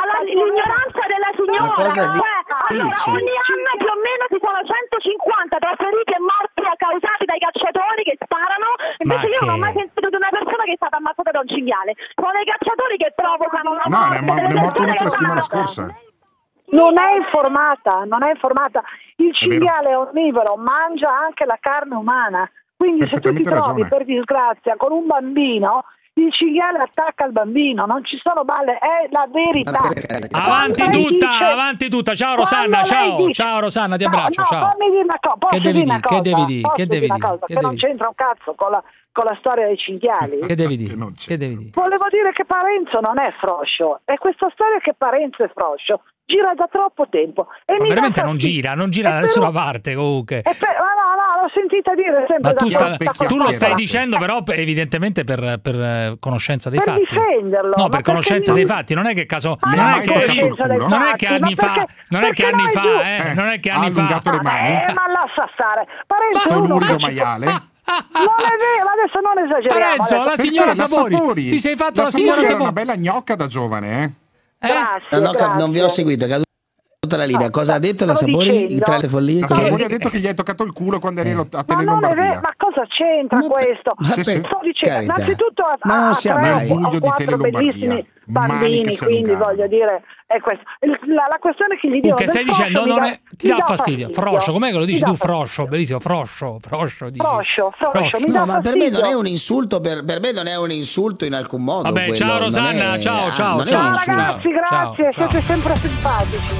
Ma cosa dici? Ogni anno più o meno ci sono 150 tra feriti e morti causati dai cacciatori che sparano. Invece io non ho mai sentito di una persona che è stata ammazzata da un cinghiale. Sono i cacciatori che provocano una morte. No, ne è morto uno la settimana scorsa. Non è informata. Il cinghiale onnivoro mangia anche la carne umana. Quindi se tu ti trovi per disgrazia con un bambino, il cinghiale attacca il bambino, non ci sono balle, è la verità. Avanti tutta. Ciao Rosanna, ciao Rosanna, ti abbraccio. Ciao. Fammi dire una cosa. Che devi dire? Che non c'entra un cazzo con la storia dei cinghiali. Che devi dire? Volevo dire che Parenzo non è froscio, e questa storia che Parenzo è froscio gira da troppo tempo. E ma veramente non gira da nessuna parte comunque. L'ho sentita dire sempre. Ma tu lo stai dicendo però evidentemente per conoscenza dei fatti. Per difenderlo. No, per conoscenza dei fatti, non è che caso non è che anni fa ha allungato le mani. Ma lascia stare. Parenzo sto lurido maiale. Non è vero, adesso non esageriamo. Parenzo, la signora Sapori. Ti sei fatto la signora Sapori. Era una bella gnocca da giovane, Grazie. Non vi ho seguito, tutta la linea. Cosa ha detto la Sapori? Tra le follie? La Sapori ha detto che gli hai toccato il culo quando eri a tenere Lombardia. Ma cosa c'entra questo? Sto dicendo, innanzitutto ha 3 o 4 bellissimi bambini, quindi voglio dire è questo. La questione che gli dico che stai dicendo non è ti dà fastidio. Froscio, com'è che lo dici tu? Froscio, bellissimo, froscio dici. Froscio, mi dà ma per me non è un insulto, per me non è un insulto in alcun modo. Vabbè, ciao Rosanna, ciao. Ragazzi, grazie, siete sempre simpatici.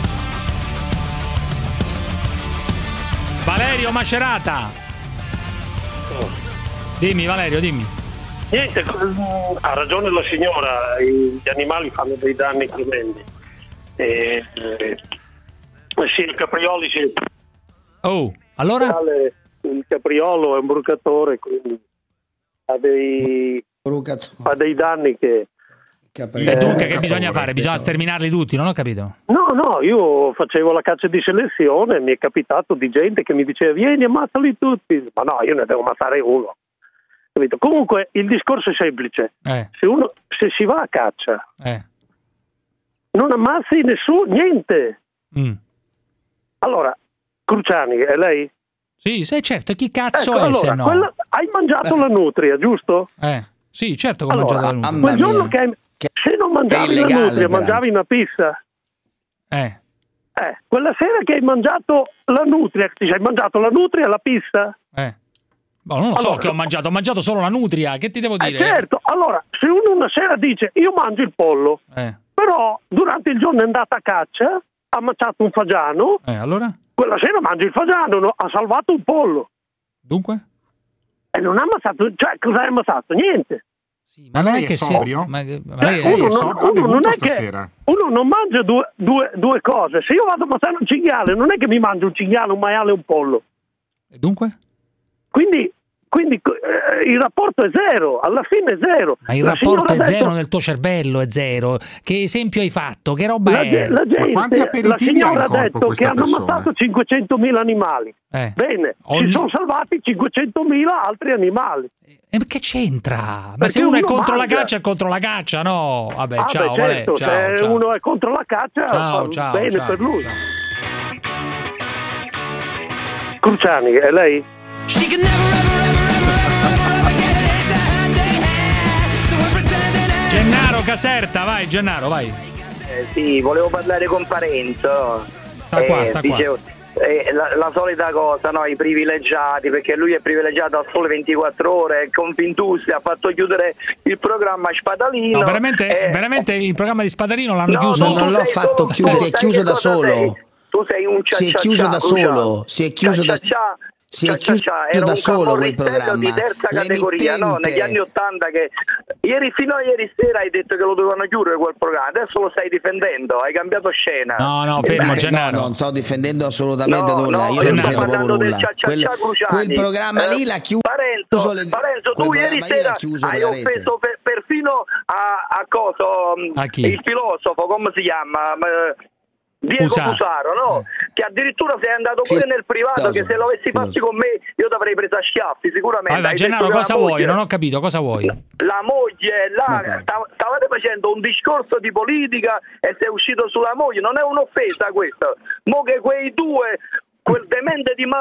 Valerio Macerata. Dimmi Valerio, dimmi. Niente, ha ragione la signora, gli animali fanno dei danni tremendi. Sì, il caprioli sì. Oh, allora? Il capriolo è un brucatore, quindi ha dei danni che... E dunque che bisogna fare? Bisogna sterminarli tutti, non ho capito. No, io facevo la caccia di selezione, mi è capitato di gente che mi diceva vieni, ammazzali tutti. Ma no, io ne devo ammazzare uno. Capito? Comunque il discorso è semplice. Se si va a caccia non ammazzi nessuno, niente. Allora, Cruciani, è lei? Sì, certo, chi cazzo è se no? Hai mangiato la nutria, giusto? Sì, certo che ho mangiato la nutria. Quel giorno se non mangiavi la nutria, mangiavi una pizza. Quella sera che hai mangiato la nutria, hai mangiato la nutria e la pizza? Non lo so che ho mangiato solo la nutria, che ti devo dire? Certo, allora, se uno una sera dice io mangio il pollo, però durante il giorno è andata a caccia, ha ammazzato un fagiano. Allora? Quella sera mangia il fagiano, ha salvato un pollo. Dunque? E non ha ammazzato, cioè cosa hai ammazzato? Niente. Sì, ma non è che sobrio? Uno non mangia due cose. Se io vado a mangiare un cinghiale, non è che mi mangio un cinghiale, un maiale e un pollo. E dunque? Quindi il rapporto è zero, alla fine è zero. Ma il rapporto è zero nel tuo cervello, è zero. Che esempio hai fatto? Che roba è? La signora ha detto che hanno persona? ammazzato 500.000 animali. Bene, si sono salvati 500.000 altri animali. E che c'entra? Ma se uno è contro la caccia, è contro la caccia, no? Vabbè, ciao, certo, ciao, se uno è contro la caccia, ciao, bene ciao, per lui. Ciao. Cruciani, è lei? Gennaro Caserta, vai Gennaro, vai. Sì, volevo parlare con Parenzo. Sta qua. Dicevo, la solita cosa, no? I privilegiati, perché lui è privilegiato a sole 24 ore, Confindustria ha fatto chiudere il programma Spadalino. No, veramente il programma di Spadalino l'hanno chiuso? Non l'ho fatto chiudere, si è chiuso da solo. Tu sei un si è chiuso da solo, si è chiuso da solo quel programma di terza categoria, no? Negli anni '80 che fino a ieri sera hai detto che lo dovevano chiudere quel programma, adesso lo stai difendendo, hai cambiato scena. No, fermo Gennaro. No, non sto difendendo assolutamente nulla, io non difendo proprio nulla. Quel programma lì l'ha chiuso. Parenzo, tu ieri sera hai offeso perfino a coso, il filosofo, come si chiama? Diego Fusaro, no? Che addirittura sei andato pure nel privato, che se lo avessi fatti con me io ti avrei preso a schiaffi sicuramente. Allora, Gennaro, cosa vuoi? Non ho capito, cosa vuoi? La moglie stavate facendo un discorso di politica e sei uscito sulla moglie, non è un'offesa questo. Mo che quei due, quel demente di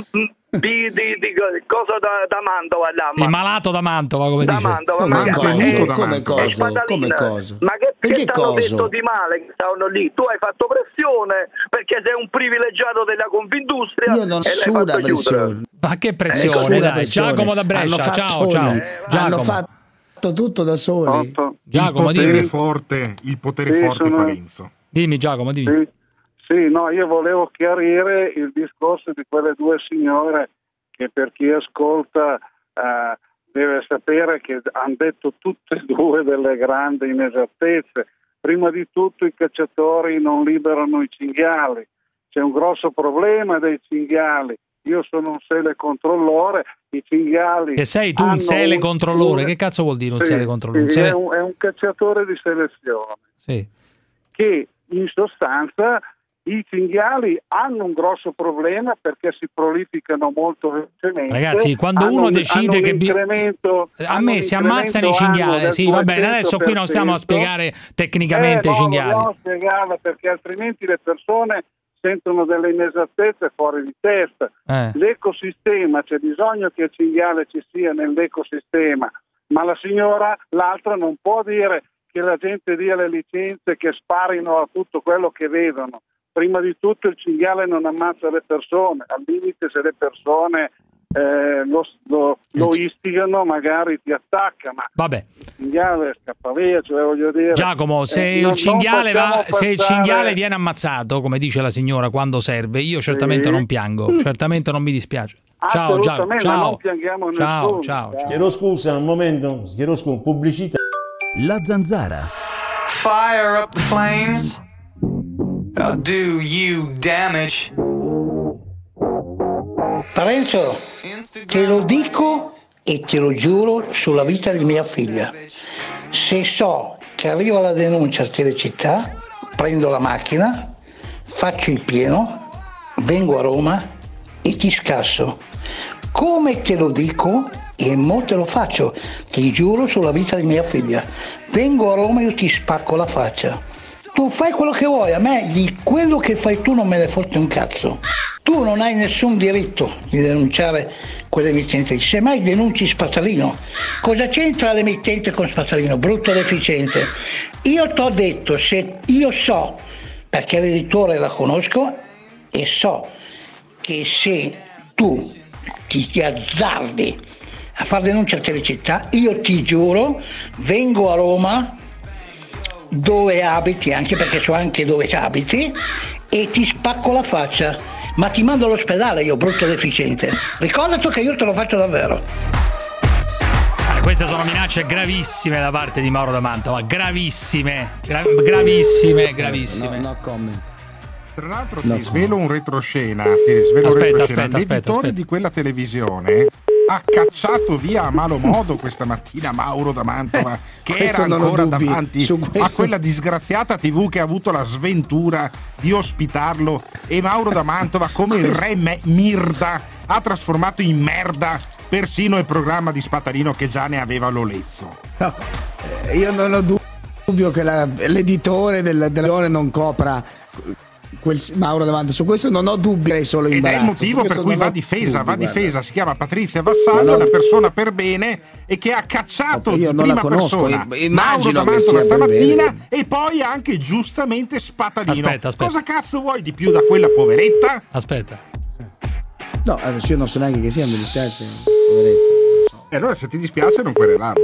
cosa da Mantova là, il malato da Mantova, come dice. Come cosa? Ma che stanno detto di male che stavano lì? Tu hai fatto pressione perché sei un privilegiato della Confindustria. Io non nessuna pressione. Ma che pressione, dai. Giacomo da Brescia, ciao. Hanno fatto tutto da soli. Giacomo, il potere forte Parenzo. Dimmi Giacomo, dimmi. Sì, no, io volevo chiarire il discorso di quelle due signore che per chi ascolta deve sapere che hanno detto tutte e due delle grandi inesattezze. Prima di tutto i cacciatori non liberano i cinghiali, c'è un grosso problema dei cinghiali. Io sono un selecontrollore, i cinghiali... Che sei tu un selecontrollore? Che cazzo vuol dire un selecontrollore? Sì, è un cacciatore di selezione. Sì. Che in sostanza... I cinghiali hanno un grosso problema perché si prolificano molto velocemente. Ragazzi, quando uno decide che a me si ammazzano i cinghiali, sì, va bene, adesso qui non stiamo a spiegare tecnicamente i cinghiali. No, spiegarla perché altrimenti le persone sentono delle inesattezze fuori di testa. L'ecosistema, c'è bisogno che il cinghiale ci sia nell'ecosistema, ma l'altra non può dire che la gente dia le licenze che sparino a tutto quello che vedono. Prima di tutto il cinghiale non ammazza le persone, al limite se le persone lo istigano magari ti attacca, ma vabbè. Il cinghiale scappa via, cioè voglio dire... Giacomo, se il cinghiale viene ammazzato, come dice la signora, quando serve, io certamente non piango, certamente non mi dispiace. Ciao Giacomo, non pianghiamo nessuno. Ciao. Chiedo scusa un momento, pubblicità. La Zanzara. Fire up the flames. I'll do you damage. Parenzo, te lo dico e te lo giuro sulla vita di mia figlia. Se so che arriva la denuncia a Telecittà, prendo la macchina, faccio il pieno, vengo a Roma e ti scasso. Come te lo dico e mo te lo faccio, ti giuro sulla vita di mia figlia. Vengo a Roma e io ti spacco la faccia. Tu fai quello che vuoi, a me di quello che fai tu non me ne fotte un cazzo. Tu non hai nessun diritto di denunciare quell'emittente, semmai denunci Spazzalino. Cosa c'entra l'emittente con Spazzalino? Brutto deficiente. Io t'ho detto, se io so, perché l'editore la conosco, e so che se tu ti azzardi a far denuncia a Telecittà, io ti giuro, vengo a Roma dove abiti, anche perché so anche dove abiti, e ti spacco la faccia, ma ti mando all'ospedale io, brutto deficiente. Ricordati che io te lo faccio davvero. Queste sono minacce gravissime da parte di Mauro da Mantova, gravissime. No comment. Tra l'altro ti svelo un retroscena, l'editore di quella televisione ha cacciato via a malo modo questa mattina Mauro da Mantova, che era ancora davanti a quella disgraziata TV che ha avuto la sventura di ospitarlo, e Mauro da Mantova, come il re Mirda, ha trasformato in merda persino il programma di Spatarino, che già ne aveva l'olezzo. No, io non ho dubbio che l'editore del Leone non copra quel Mauro davanti, su questo non ho dubbi, è solo imbarazzo. Ed è il motivo per cui va difesa, si chiama Patrizia Vassallo, è una persona per bene e che ha cacciato di prima persona Mauro da Mantova stamattina, e poi anche giustamente Spatarino. Aspetta. Cosa cazzo vuoi di più da quella poveretta? Aspetta. No, adesso io non so neanche che sia, mi dispiace, poveretto. E allora se ti dispiace non querelarla.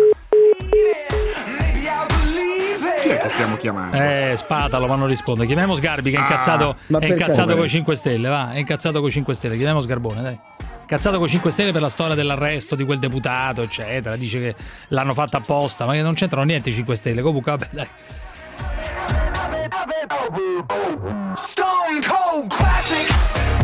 Chi è che stiamo chiamando? Spatalo, ma non risponde. Chiamiamo Sgarbi, che è incazzato con i 5 Stelle, va, è incazzato con i 5 Stelle. Chiamiamo Sgarbone, dai. Incazzato con i 5 Stelle per la storia dell'arresto di quel deputato, eccetera. Dice che l'hanno fatta apposta, ma che non c'entrano niente i 5 Stelle. Comunque, vabbè, dai. Stone Cold Classic.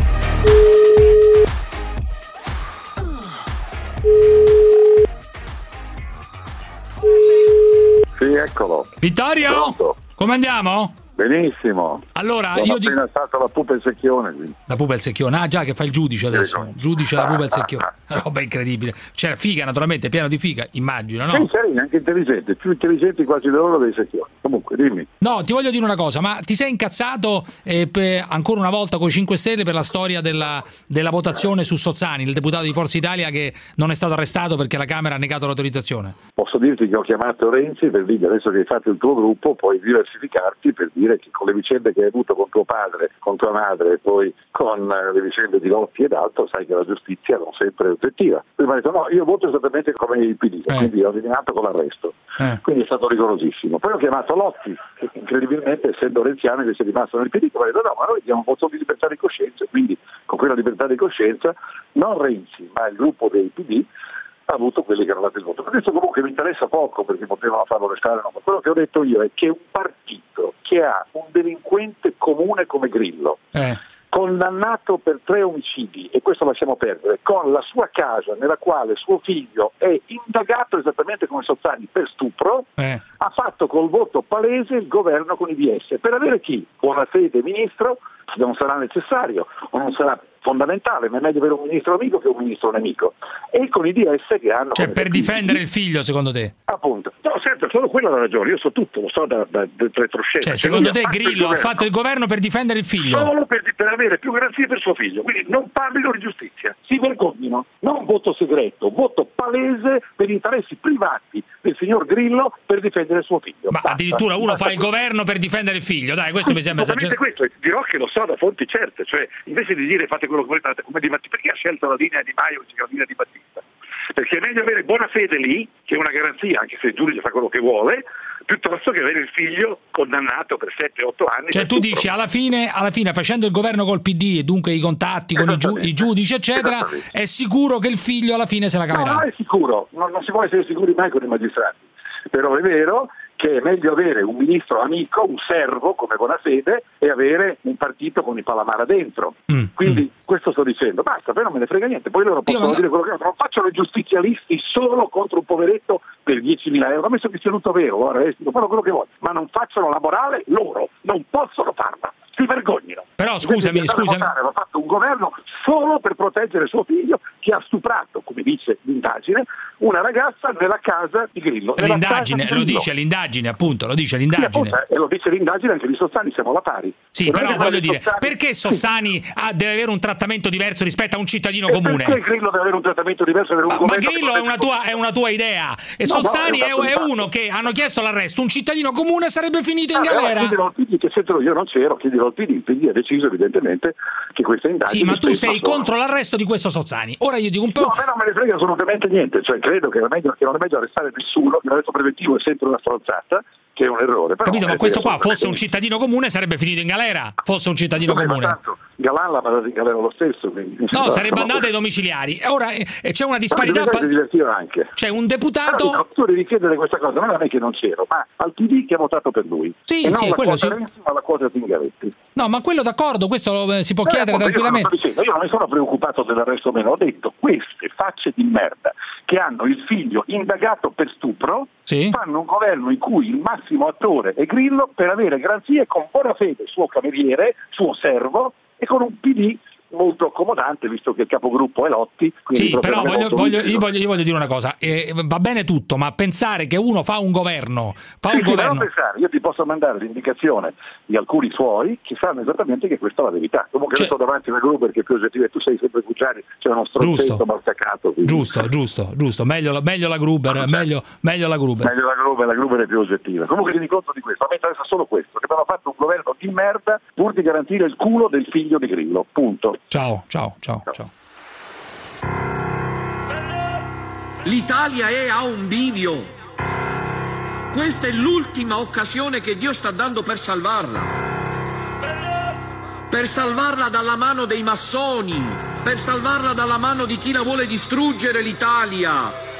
Sì, eccolo. Vittorio? Pronto? Come andiamo? Benissimo. Allora, sono appena stato la pupa il secchione. Quindi. La pupa il secchione? Ah già, che fa il giudice adesso. Giudice la pupa il secchione. Roba incredibile. C'era figa, naturalmente, pieno di figa, immagino, no? Sì, sei anche intelligente, più intelligenti quasi loro dei secchioni. Comunque, dimmi. No, ti voglio dire una cosa, ma ti sei incazzato ancora una volta con i 5 Stelle per la storia della votazione su Sozzani, il deputato di Forza Italia che non è stato arrestato perché la Camera ha negato l'autorizzazione? Posso dirti che ho chiamato Renzi per dire, adesso che hai fatto il tuo gruppo, puoi diversificarti per dire che con le vicende che hai avuto con tuo padre, con tua madre e poi con le vicende di Lotti ed altro, sai che la giustizia non sempre è oggettiva. Prima ha detto no, io voto esattamente come il PD, quindi ho eliminato con l'arresto. Quindi è stato rigorosissimo. Poi ho chiamato Lotti, che incredibilmente, essendo renziano, che si è rimasto nel PD, mi ha detto no, ma noi diamo un voto di libertà di coscienza, quindi con quella libertà di coscienza non Renzi, ma il gruppo dei PD ha avuto quelli che hanno dato il voto. Questo comunque mi interessa poco, perché potevano farlo restare, no, ma quello che ho detto io è che un partito che ha un delinquente comune come Grillo, condannato per 3 omicidi, e questo lasciamo perdere, con la sua casa nella quale suo figlio è indagato esattamente come Sozzani per stupro, ha fatto col voto palese il governo con i DS. Per avere chi? Buona fede ministro, non sarà necessario o non sarà fondamentale, ma è meglio avere un ministro amico che un ministro nemico, e con i DS che hanno... Cioè per difendere il figlio, secondo te? Appunto. No, certo, solo quella la ragione, io so tutto, lo so da retroscena. Cioè secondo te Grillo ha fatto il governo per difendere il figlio? Solo per avere più garanzie per suo figlio, quindi non parlino di giustizia, si vergognino, non voto segreto, voto palese per interessi privati del signor Grillo per difendere suo figlio. Ma addirittura uno fa il governo per difendere il figlio, dai, questo mi sembra esagerato. Questo, dirò che lo so da fonti certe, cioè invece di dire fate quello che volete, come di Battista, perché ha scelto la linea di Maio invece che la linea di Battista? Perché è meglio avere buona fede lì, che è una garanzia, anche se il giudice fa quello che vuole, piuttosto che avere il figlio condannato per 7-8 anni. Cioè tu dici alla fine facendo il governo col PD e dunque i contatti con i giudici eccetera, è sicuro che il figlio alla fine se la caverà? No, è sicuro, non si può essere sicuri mai con i magistrati, però è vero che è meglio avere un ministro amico, un servo come Bonafede, e avere un partito con i Palamara dentro. Quindi questo sto dicendo, basta, poi non me ne frega niente, poi loro possono dire quello che non facciano i giustizialisti solo contro un poveretto per 10.000 euro, ammesso che sia tutto vero, arrestino, fanno quello che vogliono, ma non facciano la morale loro, non possono farla. Si vergognano. Però scusami. Hanno fatto un governo solo per proteggere suo figlio che ha stuprato, come dice l'indagine, una ragazza nella casa di Grillo. L'indagine, lo dice l'indagine, appunto, lo dice l'indagine. Sì, appunto, e lo dice l'indagine anche di Sozzani, siamo alla pari. Sì, però voglio dire, perché Sozzani deve avere un trattamento diverso rispetto a un cittadino comune? Perché Grillo deve avere un trattamento diverso da un governo? Ma Grillo è una tua idea, e no, Sozzani è uno che hanno chiesto l'arresto, un cittadino comune sarebbe finito in galera. Io non c'ero, chiedilo al PD, il PD ha deciso evidentemente che questa indagine... Sì, ma tu sei contro l'arresto di questo Sozzani. Ora io dico un po'... No, a me non me ne frega assolutamente niente, cioè credo che non è meglio arrestare nessuno, che l'arresto preventivo è sempre una stronzata, che è un errore. Però capito, ma questo qua fosse un cittadino comune sarebbe finito in galera, fosse un cittadino comune. Tanto, Galan l'ha mandato in galera lo stesso. No, sarebbe andato ai domiciliari. Ora c'è una disparità. Anche. C'è un deputato. Però, tu devi chiedere questa cosa, non è che non c'ero, ma al PD che ha votato per lui. Sì, e sì, non la quello quota sì. Renzi, ma la quota Zingaretti. No, ma quello d'accordo, questo si può chiedere tranquillamente. Io non mi sono preoccupato dell'arresto o meno, ho detto queste facce di merda che hanno il figlio indagato per stupro fanno un governo in cui il massimo attore è Grillo per avere garanzie con buona fede suo cameriere, suo servo e con un PD molto accomodante, visto che il capogruppo è Lotti. Sì, però io voglio dire una cosa, va bene tutto, ma pensare che uno fa un governo, non pensare, io ti posso mandare l'indicazione di alcuni suoi che sanno esattamente che questa è la verità. Comunque io sto davanti alla Gruber che è più oggettiva e tu sei sempre Cucciari, c'è uno stronzetto maltacato. Giusto, meglio la Gruber, meglio la Gruber. La Gruber è più oggettiva. Comunque rendi conto di questo, a me interessa solo questo, che abbiamo fatto un governo di merda pur di garantire il culo del figlio di Grillo, punto. Ciao. L'Italia è a un bivio. Questa è l'ultima occasione che Dio sta dando per salvarla. Per salvarla dalla mano dei massoni, per salvarla dalla mano di chi la vuole distruggere l'Italia.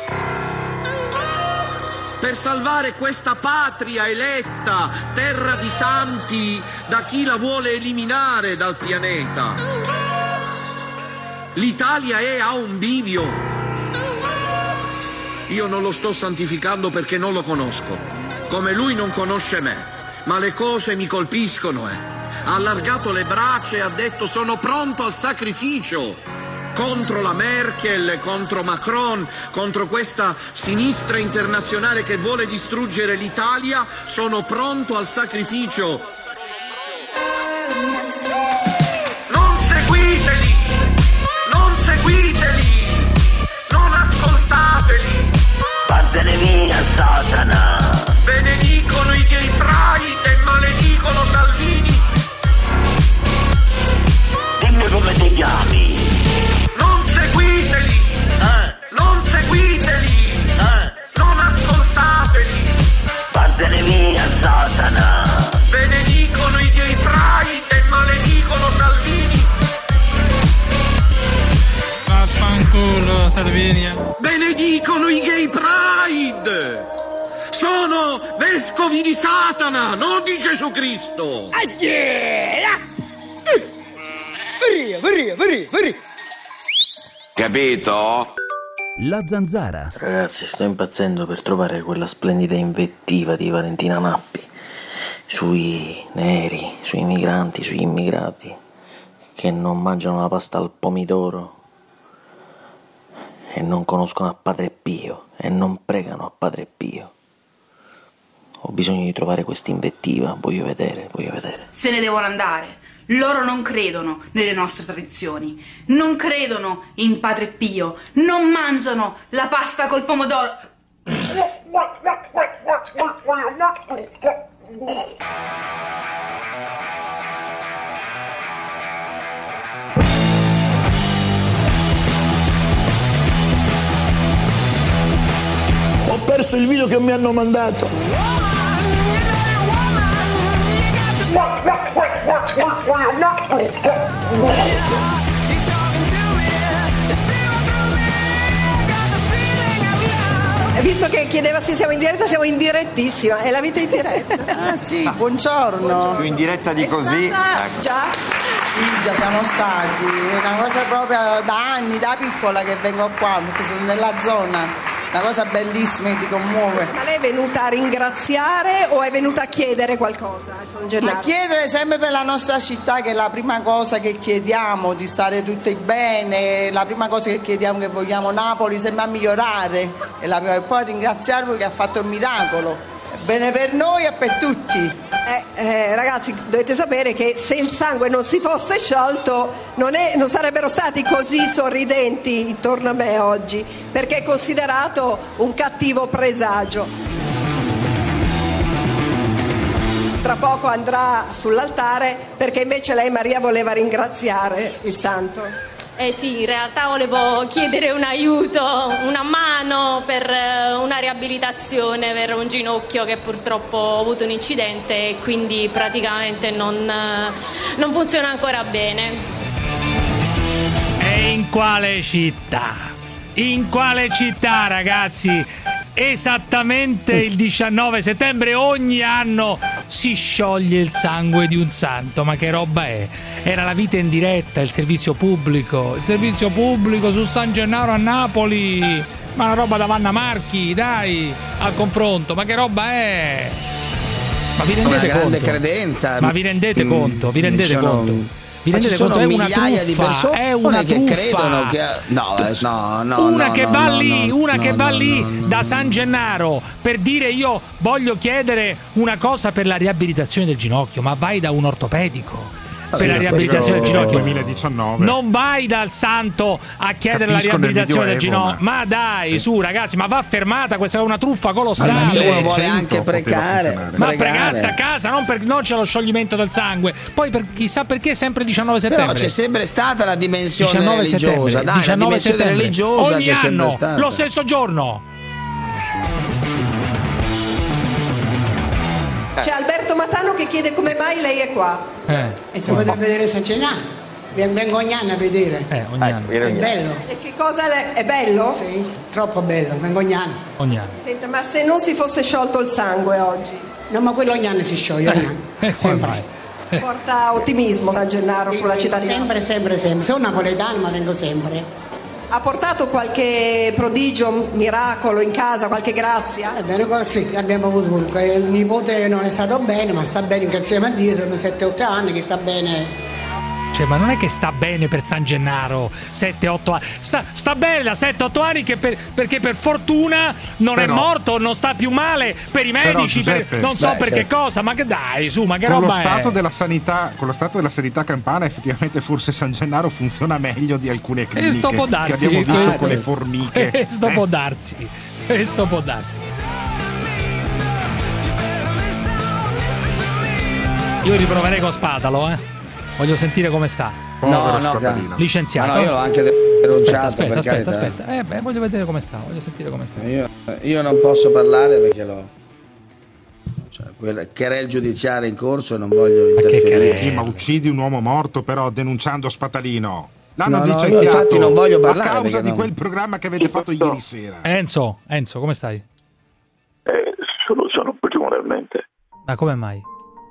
Per salvare questa patria eletta, terra di santi, da chi la vuole eliminare dal pianeta. L'Italia è a un bivio. Io non lo sto santificando perché non lo conosco, come lui non conosce me, ma le cose mi colpiscono. Ha allargato le braccia e ha detto sono pronto al sacrificio contro la Merkel, contro Macron, contro questa sinistra internazionale che vuole distruggere l'Italia. Sono pronto al sacrificio. Non ascoltateli. Vattene via, Satana. Benedicono i gay pride e maledicono Salvini. Dimmi come ti chiami. Non seguiteli. Non seguiteli. Non ascoltateli. Vattene via, Satana. Benedicono i gay pride e maledicono Salvini. Vaffanculo, Salvini. Benedicono i gay pride. Sono vescovi di Satana, non di Gesù Cristo. Capito? La Zanzara. Ragazzi, sto impazzendo per trovare quella splendida invettiva di Valentina Nappi sui neri, sui migranti, sugli immigrati che non mangiano la pasta al pomidoro e non conoscono a Padre Pio e non pregano a Padre Pio. Ho bisogno di trovare questa invettiva, voglio vedere. Se ne devono andare. Loro non credono nelle nostre tradizioni, non credono in Padre Pio, non mangiano la pasta col pomodoro. Ho perso il video che mi hanno mandato. Visto che chiedeva se siamo in diretta, siamo in direttissima, è la vita in diretta. Ah sì, buongiorno. Più in diretta di così. Ecco. Già? Sì, già siamo stati. È una cosa proprio da anni, da piccola che vengo qua, perché sono nella zona. Una cosa bellissima che ti commuove. Ma lei è venuta a ringraziare o è venuta a chiedere qualcosa? A chiedere sempre per la nostra città, che è la prima cosa che chiediamo, di stare tutti bene, la prima cosa che chiediamo, che vogliamo Napoli sempre a migliorare, e poi ringraziarlo che ha fatto un miracolo. Bene per noi e per tutti. Ragazzi, dovete sapere che se il sangue non si fosse sciolto non sarebbero stati così sorridenti intorno a me oggi, perché è considerato un cattivo presagio. Tra poco andrà sull'altare perché invece lei, Maria, voleva ringraziare il santo. Sì, in realtà volevo chiedere un aiuto, una mano per una riabilitazione per un ginocchio che purtroppo ho avuto un incidente e quindi praticamente non funziona ancora bene. E in quale città? In quale città, ragazzi? Esattamente il 19 settembre ogni anno si scioglie il sangue di un santo. Ma che roba è? Era la vita in diretta, il servizio pubblico su San Gennaro a Napoli. Ma una roba da Vanna Marchi, dai, al confronto. Ma che roba è? Ma vi rendete conto? Grande credenza. Ma vi rendete conto? Vi rendete conto? Ma ci sono migliaia di persone è una che credono che una che va lì da San Gennaro per dire io voglio chiedere una cosa per la riabilitazione del ginocchio, ma vai da un ortopedico per la riabilitazione del ginocchio. 2019. Non vai dal santo a chiedere la riabilitazione del ginocchio. Ma dai, su ragazzi, ma va fermata, questa è una truffa colossale. Ma se uno vuole anche precare. Ma pregarsi a casa, non c'è lo scioglimento del sangue. Poi chissà perché sempre 19 settembre. Però c'è sempre stata la dimensione religiosa, dai, la dimensione religiosa ogni c'è sempre anno, stata. lo stesso giorno. C'è Alberto Matano che chiede come mai lei è qua. E si potrebbe vedere San Gennaro. Vengo ogni anno a vedere. Ogni anno. È bello. E che cosa è bello? Sì, troppo bello, vengo ogni anno. Ogni anno. Senta, ma se non si fosse sciolto il sangue oggi? No, ma quello ogni anno si scioglie, ogni anno. Sempre. Porta ottimismo San Gennaro sulla città di Napoli. Sempre. Sono napoletano, ma vengo sempre. Ha portato qualche prodigio, miracolo in casa, qualche grazia? Ebbene, sì, abbiamo avuto comunque. Il nipote non è stato bene, ma sta bene, grazie a Dio, sono 7-8 anni che sta bene. Cioè, ma non è che sta bene per San Gennaro 7-8 anni, sta bene da 7-8 anni perché per fortuna non è morto, non sta più male per i medici, non so per che cosa, ma che dai, su, ma che roba è? Con lo stato della sanità campana effettivamente forse San Gennaro funziona meglio di alcune cliniche che abbiamo visto con le formiche. Sto può darsi. Io riproverei con Spatalo, Voglio sentire come sta. Licenziato. No, io l'ho anche denunciato. Aspetta. Voglio vedere come sta. Voglio sentire come sta. Io non posso parlare perché querel giudiziario in corso e non voglio interferire. Ma uccidi un uomo morto, però denunciando Spatalino. L'hanno licenziato. Infatti non voglio parlare a causa di quel programma che avete fatto ieri sera. Enzo, come stai? Sono moralmente. Ma come mai?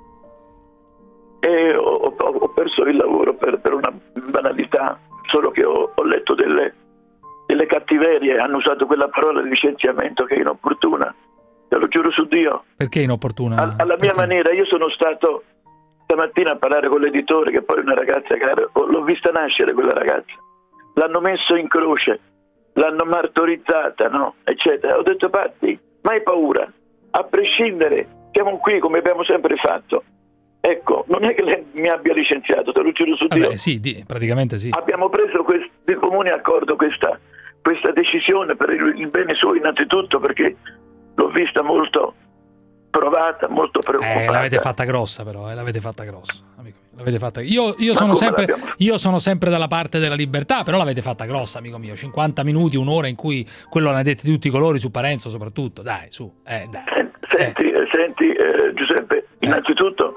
Ho perso il lavoro per una banalità, solo che ho letto delle cattiverie, hanno usato quella parola di licenziamento che è inopportuna, te lo giuro su Dio. Perché inopportuna? Alla mia maniera. Io sono stato stamattina a parlare con l'editore, che poi è una ragazza cara, l'ho vista nascere quella ragazza, l'hanno messo in croce, l'hanno martorizzata, no? Eccetera. Ho detto Patti, mai paura, a prescindere, siamo qui come abbiamo sempre fatto. Ecco, non è che lei mi abbia licenziato, te lo giuro su Dio. Sì, praticamente sì. Abbiamo preso di comune accordo questa decisione per il bene suo innanzitutto, perché l'ho vista molto provata, molto preoccupata. L'avete fatta grossa però, l'avete fatta grossa, amico mio. L'avete fatta. Io sono sempre dalla parte della libertà, però l'avete fatta grossa, amico mio. 50 minuti, un'ora in cui quello l'ha detto di tutti i colori, su Parenzo soprattutto. Dai, su. Dai. Senti, Giuseppe, innanzitutto.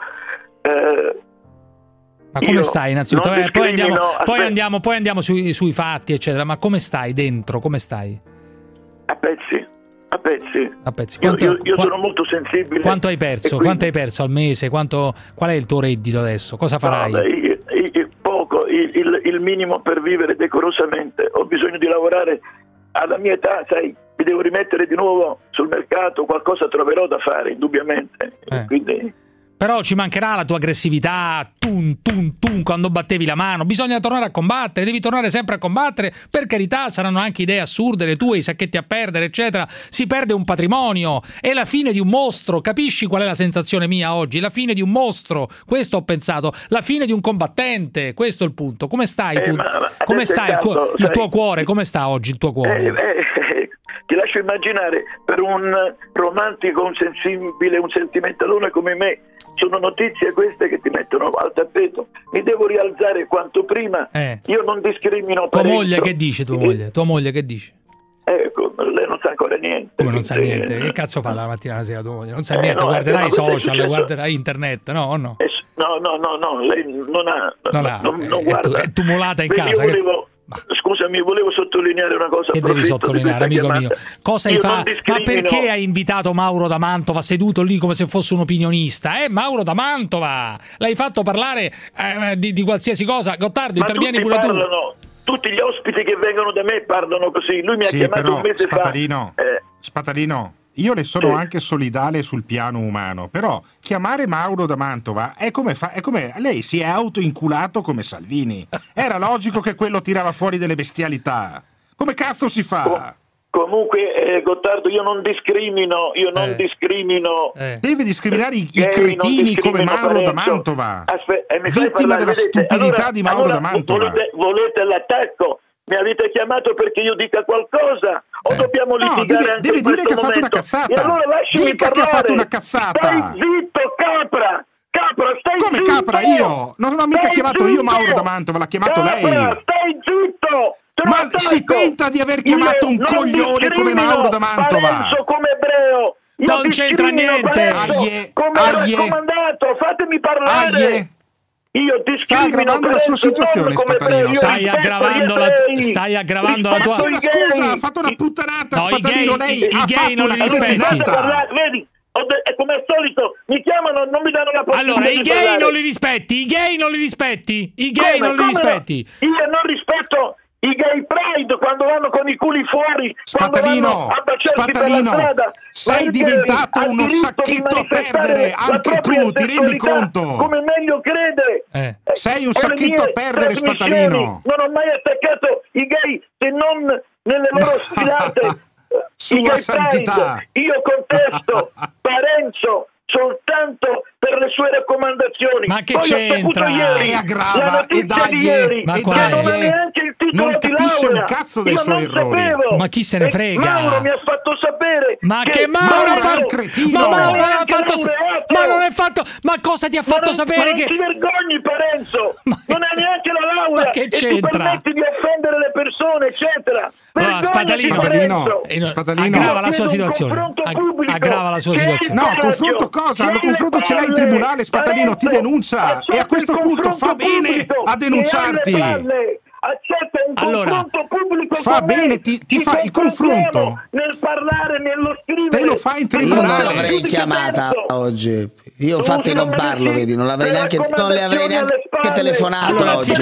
Ma come stai innanzitutto? Poi andiamo sui fatti, eccetera. Ma come stai dentro? Come stai? A pezzi. Io sono molto sensibile. Quanto hai perso? Quindi... Quanto hai perso al mese? Qual è il tuo reddito adesso? Cosa farai? Poco, il minimo per vivere decorosamente. Ho bisogno di lavorare alla mia età, sai, mi devo rimettere di nuovo sul mercato, qualcosa troverò da fare, indubbiamente. Quindi... Però ci mancherà la tua aggressività, quando battevi la mano. Bisogna tornare a combattere, devi tornare sempre a combattere. Per carità, saranno anche idee assurde, le tue, i sacchetti a perdere, eccetera. Si perde un patrimonio, è la fine di un mostro. Capisci qual è la sensazione mia oggi? La fine di un mostro, questo ho pensato. La fine di un combattente, questo è il punto. Come stai tu? Come sta il tuo cuore? Come sta oggi il tuo cuore? Ti lascio immaginare, per un romantico, un sensibile, un sentimentalone come me, sono notizie queste che ti mettono al tappeto. Mi devo rialzare quanto prima. Io non discrimino. Tua moglie che dice? Tua moglie che dice? Ecco, lei non sa ancora niente. Come non sa niente? Che cazzo fa la mattina alla sera tua moglie? Non sa niente, guarderai i social, guarderai internet, no o no? No, lei non guarda. È tumulata in Vedi, casa. Scusami, volevo sottolineare una cosa. Che devi sottolineare, amico mio? Cosa hai fatto? Ma perché hai invitato Mauro da Mantova seduto lì come se fosse un opinionista? Mauro da Mantova! L'hai fatto parlare di qualsiasi cosa. Gottardo, intervieni pure tu. Tutti gli ospiti che vengono da me parlano così. Lui mi ha chiamato un mese fa. Spatalino, io le sono anche solidale sul piano umano, però chiamare Mauro da Mantova è come lei si è autoinculato come Salvini. Era logico che quello tirava fuori delle bestialità. Come cazzo si fa? Comunque, Gottardo, io non discrimino. Deve discriminare i cretini come Mauro da Mantova. Vittima della stupidità di Mauro da Mantova. Volete l'attacco? Mi avete chiamato perché io dica qualcosa? O dobbiamo litigare deve dire che ha fatto una cazzata. E allora lasciami parlare. Che ha fatto una cazzata. Stai zitto, capra, stai come zitto. Capra io? Non ho mica chiamato io Mauro da Mantova, l'ha chiamato lei. Stai zitto. Ma si penta di aver chiamato un coglione come Mauro da Mantova. Parenzo come ebreo. Non c'entra niente. Come raccomandato, fatemi parlare. Io ti sta aggravando la sua situazione, Spatalino. Stai aggravando la tua. Scusa, ha fatto una puttanata, no, Spatalino. Lei i gay non li rispetti. Vedi? Come al solito mi chiamano, non mi danno la possibilità. Allora, i gay non li rispetti. Io non rispetto i gay pride quando vanno con i culi fuori. Spatalino, sei diventato uno sacchetto a perdere anche tu, ti rendi conto? Come meglio crede. Sei un sacchetto a perdere, Spatalino. Non ho mai attaccato i gay se non nelle loro sfilate. Sua santità. Io contesto Parenzo soltanto per le sue raccomandazioni. Ma che c'entra? E aggrava e dai. Ma non ha neanche il titolo non di capisce laurea. un cazzo dei suoi errori. Sapevo. Ma chi se ne frega? Mauro mi ha fatto sapere. Ma che Mauro è un cretino. Ma Mauro non ha fatto. Ma non è fatto. Ma cosa ti ha fatto sapere che? Non ti vergogni, Parenzo. Non hai neanche la laurea. Ma che c'entra? E ti permetti di offendere le persone, eccetera. Spatalino, aggrava la sua situazione. Aggrava la sua situazione. No, confronto cosa? Lo confronto ce l'hai in tribunale, Spatalino, ti denuncia e a questo punto fa bene a denunciarti. Allora, fa bene, ti fa il confronto. Nel parlare, nello scrivere. Te lo fa in tribunale. Io non l'avrei chiamata oggi. Io infatti non parlo, vedi, non le avrei neanche telefonato oggi.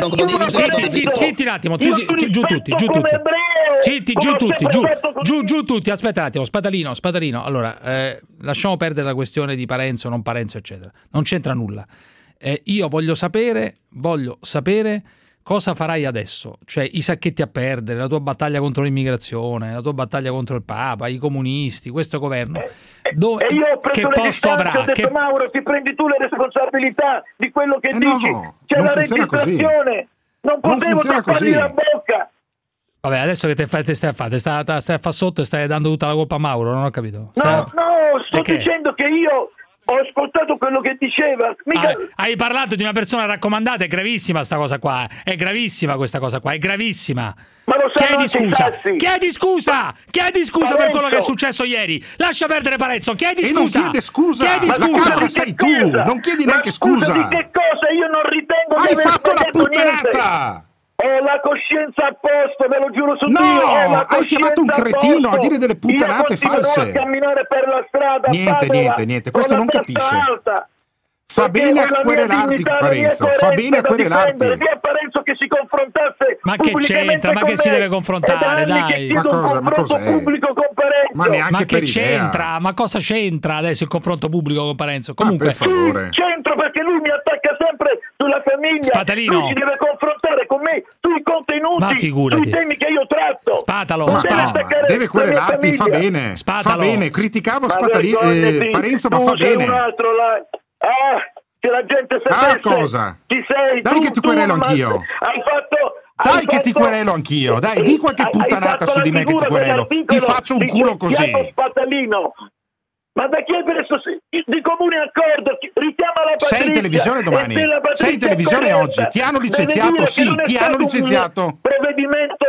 Zitti un attimo, giù tutti. Giù tutti, aspetta un attimo, Spatalino. Allora, lasciamo perdere la questione di Parenzo, non Parenzo, eccetera. Non c'entra nulla. Io voglio sapere cosa farai adesso, cioè i sacchetti a perdere, la tua battaglia contro l'immigrazione, la tua battaglia contro il Papa, i comunisti, questo governo. Che posto avrà? Ho detto, Mauro, ti prendi tu le responsabilità di quello che dici. C'è la registrazione. Non potevo tappargli la bocca. Vabbè, adesso che te stai a fare? Stai a fare sotto e stai dando tutta la colpa a Mauro, non ho capito. No, sto dicendo che io ho ascoltato quello che diceva. Hai parlato di una persona raccomandata, è gravissima sta cosa qua. È gravissima questa cosa qua, è gravissima. Ma lo chiedi scusa per quello che è successo ieri. Lascia perdere Parenzo, chiedi scusa. Non chiede scusa. La capra sei tu, non chiedi neanche scusa. Di che cosa? Io non ritengo di aver fatto la puttanata. Ho la coscienza a posto, ve lo giuro su Dio. No, hai chiamato un cretino a dire delle puttanate false. Io a camminare per la strada. Niente, questo non capisce. Fa bene a querelarti, Parenzo. Fa bene a querelarti. Parenzo che si confrontasse. Ma che c'entra? Ma che si deve confrontare? Dai. Ma cosa è? Ma neanche per c'entra? Ma cosa c'entra adesso il confronto pubblico con Parenzo? Comunque, per favore. C'entra perché lui mi attacca sempre sulla famiglia. Spatalino. Lui si deve confrontare con me sui contenuti, sui temi che io tratto. Spatalo. Deve querelarti, fa bene. Fa bene. Criticavo Parenzo, ma fa bene. Un altro là. Che la gente sapesse. Cosa? Chi sei? Dai che ti querelo anch'io. Dai che ti querelo anch'io. Dai, di qualche puttanata su di me che ti querelo. Ti faccio un culo così. Spatalino. Ma da chi hai preso di comune accordo? Richiama la Patrizia. Sei in televisione domani? Sei in televisione oggi? Ti hanno licenziato? Sì, ti hanno licenziato. Provvedimento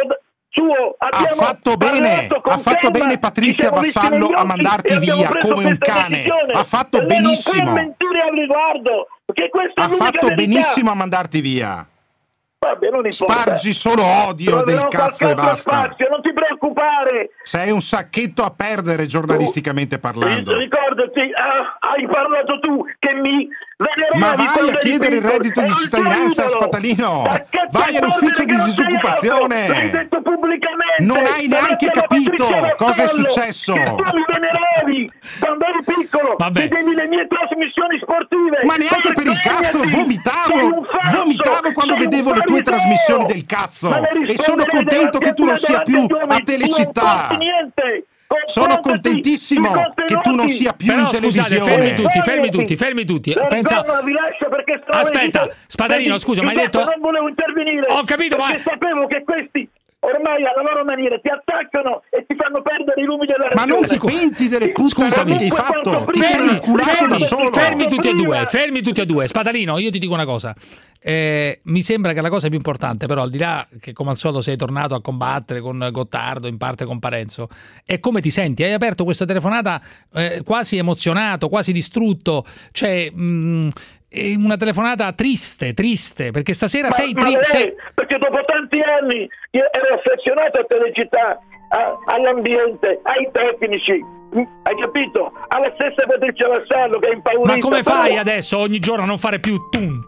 suo. Ha fatto bene Patrizia Vassallo a mandarti via come un cane. Ha fatto benissimo. Non può mentire al riguardo, perché questa è l'unica fatto verità. Benissimo a mandarti via. Vabbè, non importa. Spargi solo odio del cazzo e basta. Spazio, non ti preoccupare. Sei un sacchetto a perdere giornalisticamente parlando. Ricordati, hai parlato tu che mi veneravi. Ma vai a chiedere il reddito di cittadinanza a Spatalino. Vai all'ufficio di disoccupazione. L'hai detto pubblicamente. Non hai neanche capito cosa è successo. Che tu mi veneravi quando eri piccolo. Vedevi le mie trasmissioni sportive. Ma neanche per il cazzo, vomitavo quando vedevo le tue trasmissioni del cazzo. E sono contento che tu non sia più a Telecittà. Sono contentissimo che tu non sia più in televisione. Scusate, fermi tutti. Pensa... Aspetta, Spatalino, scusa, ma hai detto... Non volevo intervenire. Ho capito, ma... sapevo che questi... ormai alla loro maniera ti attaccano e ti fanno perdere i lumi della ragione. Ma non si penti delle puttanate che hai fatto. Ti sei inculato da solo. Fermi tutti e due. Spatalino, io ti dico una cosa. Mi sembra che la cosa più importante, però, al di là che come al solito sei tornato a combattere con Gottardo, in parte con Parenzo, è come ti senti. Hai aperto questa telefonata quasi emozionato, quasi distrutto, cioè è una telefonata triste, perché stasera sei triste. Perché dopo tanti anni io ero affezionato a Telecittà, all'ambiente, ai tecnici, hai capito? Alla stessa Patrizia Vassallo che è impaurita. Ma come fai adesso ogni giorno a non fare più tum.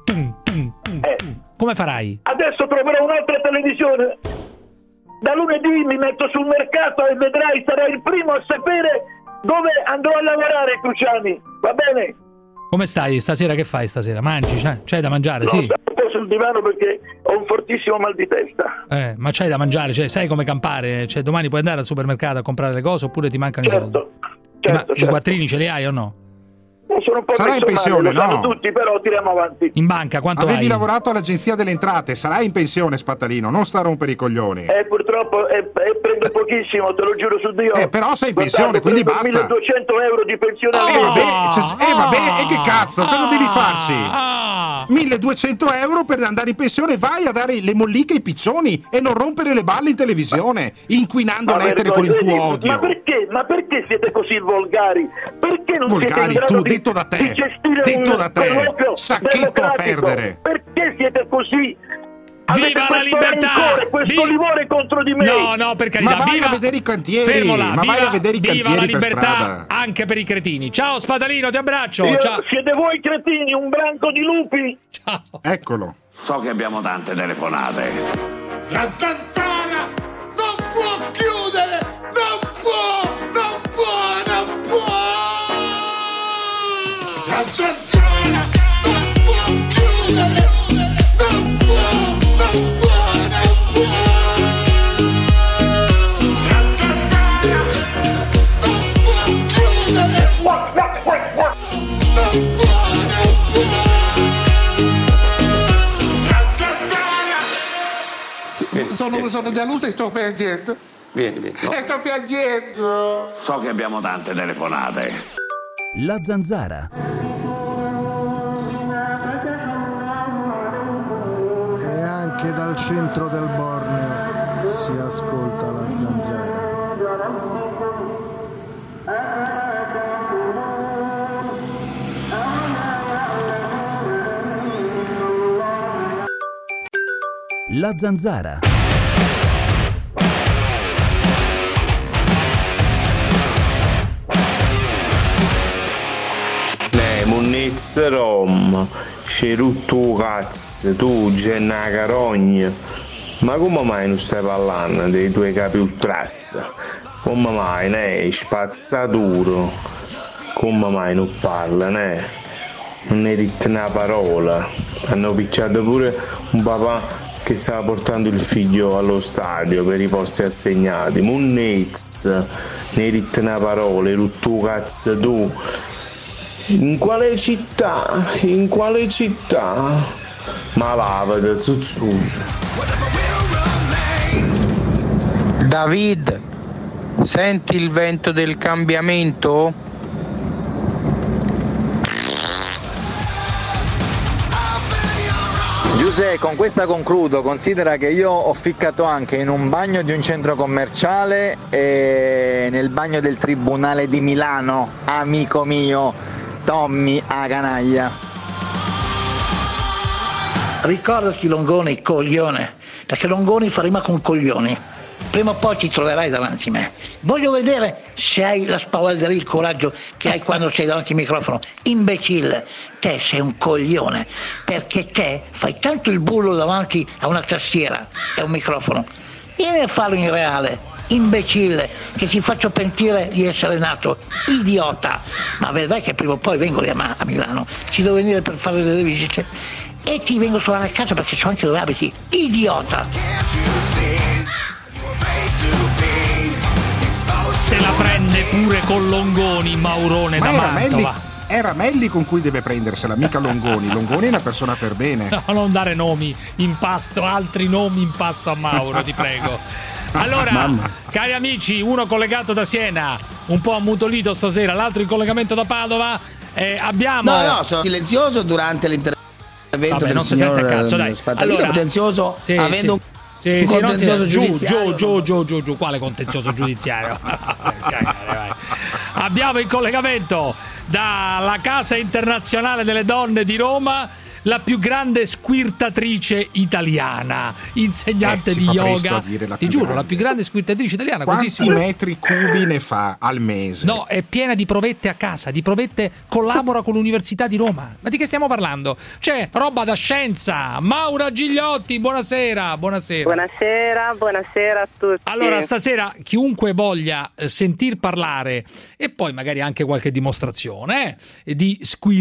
Come farai? Adesso troverò un'altra televisione. Da lunedì mi metto sul mercato e vedrai, sarai il primo a sapere dove andrò a lavorare, Cruciani. Va bene? Come stai stasera? Che fai stasera? Mangi? C'hai da mangiare? Sì. Sto un po' sul divano perché ho un fortissimo mal di testa. Ma c'hai da mangiare? Cioè, sai come campare? Cioè, domani puoi andare al supermercato a comprare le cose oppure ti mancano i soldi? Certo. I quattrini ce li hai o no? Sono un po' sarai in pensione, no? Tutti, però tiriamo avanti. In banca quanto avevi hai? Lavorato all'Agenzia delle Entrate, sarai in pensione, Spatalino, non sta a rompere i coglioni. Purtroppo prendo pochissimo, te lo giuro su Dio. Però sei in pensione, quindi basta. 1200 euro di pensione al mese. Vabbè, e che cazzo, cosa devi farci? 1200 euro per andare in pensione, vai a dare le molliche ai piccioni e non rompere le balle in televisione, inquinando l'etere con il tuo odio. Ma perché siete così volgari? Perché non volgari, siete in grado tu, detto da te, sacchetto a perdere. Perché siete così? Viva la libertà! Questo livore contro di me. No, per carità. Ma vai a vedere i cantieri. Fermo là, vai a vedere i cantieri. Viva la libertà per strada. anche per i cretini. Ciao Spatalino, ti abbraccio. Ciao. Siete voi cretini, un branco di lupi. Ciao. Eccolo. So che abbiamo tante telefonate. La zanzara non può chiudere. Non può. La zanzara non può chiudere. Non può. La zanzara non può chiudere. Non può. La zanzara. Sono deluso e sto piangendo. Vieni. No. E sto piangendo. So che abbiamo tante telefonate. La zanzara. E anche dal centro del Borneo si ascolta la zanzara. La zanzara. Munnezza Rom, c'è tutto cazzo, tu Genna Carogna. Ma come mai non stai parlando dei tuoi capi ultras? Come mai, ne? Spazzatura. Come mai non parla, ne? Non hai detto una parola. Hanno picchiato pure un papà che stava portando il figlio allo stadio per i posti assegnati. Munnezza, ne hai detto una parola, eri tu cazzo tu. In quale città? Ma lavate, zuzzuso. David, senti il vento del cambiamento? Giuseppe, con questa concludo. Considera che io ho ficcato anche in un bagno di un centro commerciale e nel bagno del Tribunale di Milano, amico mio, Tommy a canaglia. Ricordati Longoni, coglione, perché Longoni fa rima con coglioni. Prima o poi ti troverai davanti a me. Voglio vedere se hai la spavalderia, il coraggio che hai quando sei davanti al microfono. Imbecille, te sei un coglione, perché te fai tanto il bullo davanti a una tastiera e a un microfono. Vieni a farlo in reale, imbecille, che ti faccio pentire di essere nato, idiota. Ma vedrai che prima o poi vengo a Milano, ci devo venire per fare delle visite e ti vengo a trovare a casa perché so anche dove abiti, idiota. Se la prende pure con Longoni, Maurone da Mantova. È Ramelli con cui deve prendersela, mica Longoni. Longoni è una persona per bene. No, non dare nomi in pasto, altri nomi in pasto a Mauro, ti prego. Allora, cari amici, uno collegato da Siena, un po' ammutolito stasera, l'altro in collegamento da Padova. Abbiamo... No, sono silenzioso durante l'intervento del signor Spadalino. Allora, silenzioso, sì, avendo sì. un contenzioso giudiziario. Giù, quale contenzioso giudiziario? Abbiamo in collegamento dalla Casa Internazionale delle Donne di Roma la più grande squirtatrice italiana, insegnante di yoga. Ti giuro, la più grande squirtatrice italiana. Quanti metri cubi ne fa al mese? No, è piena di provette a casa, di provette, collabora con l'Università di Roma. Ma di che stiamo parlando? C'è roba da scienza. Maura Gigliotti, buonasera. Buonasera a tutti. Allora, stasera chiunque voglia sentir parlare e poi magari anche qualche dimostrazione di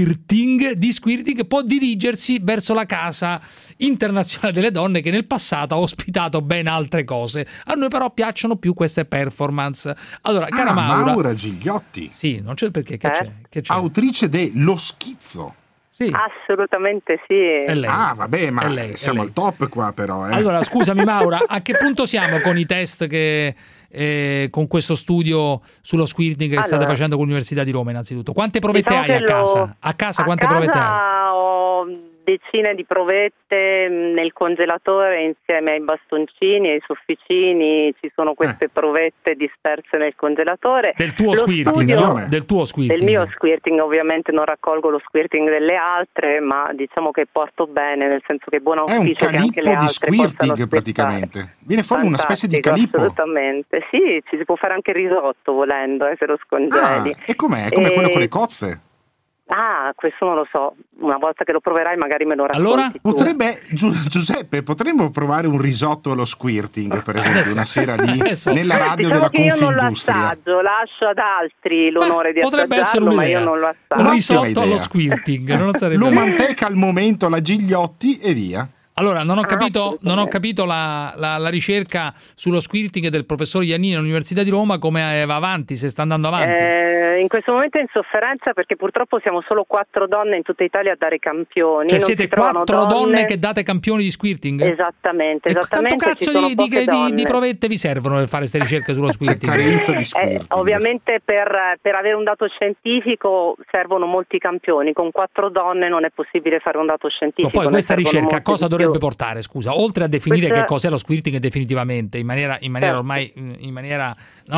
squirting può dirigersi verso la Casa Internazionale delle Donne, che nel passato ha ospitato ben altre cose. A noi però piacciono più queste performance. Allora, cara Maura Gigliotti. Sì, non c'è perché. Che c'è? Autrice de Lo Schizzo. Sì. Assolutamente sì. È lei. Vabbè, ma siamo al top qua però. Allora, scusami Maura, a che punto siamo con i test che... con questo studio sullo squirting che state facendo con l'Università di Roma? Innanzitutto, quante provette hai a casa? A casa quante provette hai? Ho decine di provette nel congelatore insieme ai bastoncini e ai sofficini. Ci sono queste provette disperse nel congelatore. Del tuo squirting? Del mio squirting. Ovviamente non raccolgo lo squirting delle altre, ma diciamo che porto bene, nel senso che è buon auspicio che anche le altre possano squirting praticamente. Viene fuori una specie di calippo. Assolutamente, sì, ci si può fare anche risotto volendo, se lo scongeli. E com'è? È come quello con le cozze? Questo non lo so. Una volta che lo proverai magari me lo racconti. Allora, Giuseppe, potremmo provare un risotto allo squirting, per esempio, una sera lì nella radio della Confindustria. Io non lo assaggio, lascio ad altri l'onore di assaggiarlo, ma io non lo assaggio. Un risotto allo squirting, non sarebbe lo manteca al momento la Gigliotti e via. Allora, non ho capito la ricerca sullo squirting del professor Iannini all'Università di Roma, come va avanti, se sta andando avanti. In questo momento è in sofferenza perché purtroppo siamo solo 4 donne in tutta Italia a dare campioni. Cioè siete 4 donne che date campioni di squirting? Esattamente. Quanto cazzo di provette vi servono per fare queste ricerche sullo squirting? Carenza di squirting. Ovviamente per avere un dato scientifico servono molti campioni. Con 4 donne non è possibile fare un dato scientifico. Ma poi questa ricerca a cosa dovrebbe portare, scusa, oltre a definire che cos'è lo squirting definitivamente in maniera ormai in maniera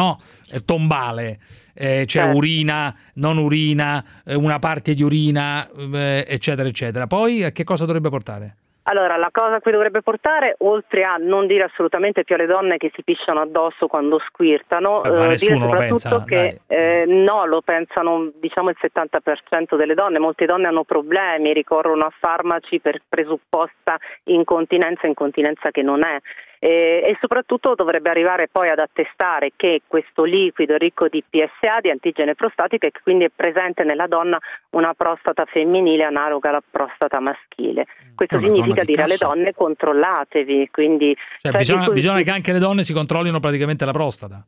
tombale, c'è urina, non urina, una parte di urina, eccetera eccetera. Poi a che cosa dovrebbe portare? Allora, la cosa a cui dovrebbe portare, oltre a non dire assolutamente più alle donne che si pisciano addosso quando squirtano, ma nessuno dire soprattutto lo pensa, che no, lo pensano diciamo il 70% delle donne. Molte donne hanno problemi, ricorrono a farmaci per presupposta incontinenza che non è. E soprattutto dovrebbe arrivare poi ad attestare che questo liquido ricco di PSA, di antigene prostatiche, e che quindi è presente nella donna una prostata femminile analoga alla prostata maschile. Questo significa dire alle donne controllatevi, quindi bisogna che anche le donne si controllino praticamente la prostata.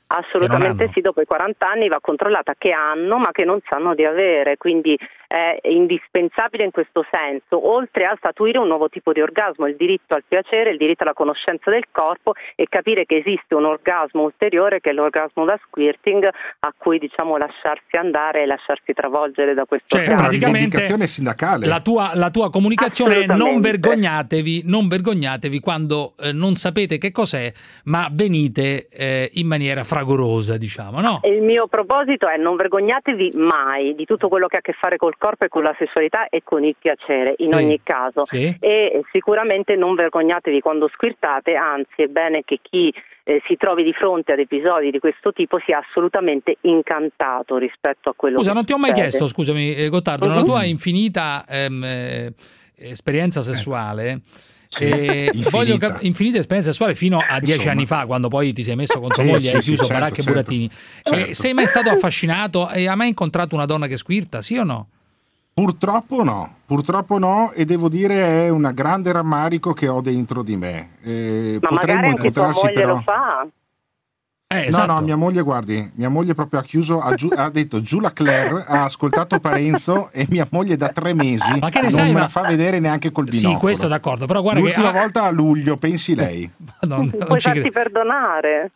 Assolutamente sì, dopo i 40 anni va controllata, che hanno ma che non sanno di avere, quindi è indispensabile in questo senso, oltre a statuire un nuovo tipo di orgasmo, il diritto al piacere, il diritto alla conoscenza del corpo e capire che esiste un orgasmo ulteriore che è l'orgasmo da squirting, a cui diciamo lasciarsi andare e lasciarsi travolgere da questo orgasmo. Praticamente sindacale. La tua comunicazione è non vergognatevi quando non sapete che cos'è, ma venite in maniera fragorosa, diciamo, no? Il mio proposito è: non vergognatevi mai di tutto quello che ha a che fare col corpo e con la sessualità e con il piacere, in ogni caso. Sì. E sicuramente non vergognatevi quando squirtate, anzi è bene che chi si trovi di fronte ad episodi di questo tipo sia assolutamente incantato rispetto a quello che non ti ho mai chiesto, scusami Gottardo, nella tua infinita esperienza sessuale... infinita esperienza sessuale fino a 10 anni fa, quando poi ti sei messo con tua moglie e hai chiuso baracche e burattini. Sei mai stato affascinato e hai mai incontrato una donna che squirta, sì o no? Purtroppo no, e devo dire è un grande rammarico che ho dentro di me. Ma magari anche tua moglie lo fa? Esatto. No, mia moglie proprio ha chiuso, ha detto giù la Claire, ha ascoltato Parenzo e mia moglie da 3 mesi ma che ne non sai, me la fa vedere neanche col binocolo. Sì, questo d'accordo, però guarda l'ultima volta a luglio, pensi lei. Puoi farti perdonare.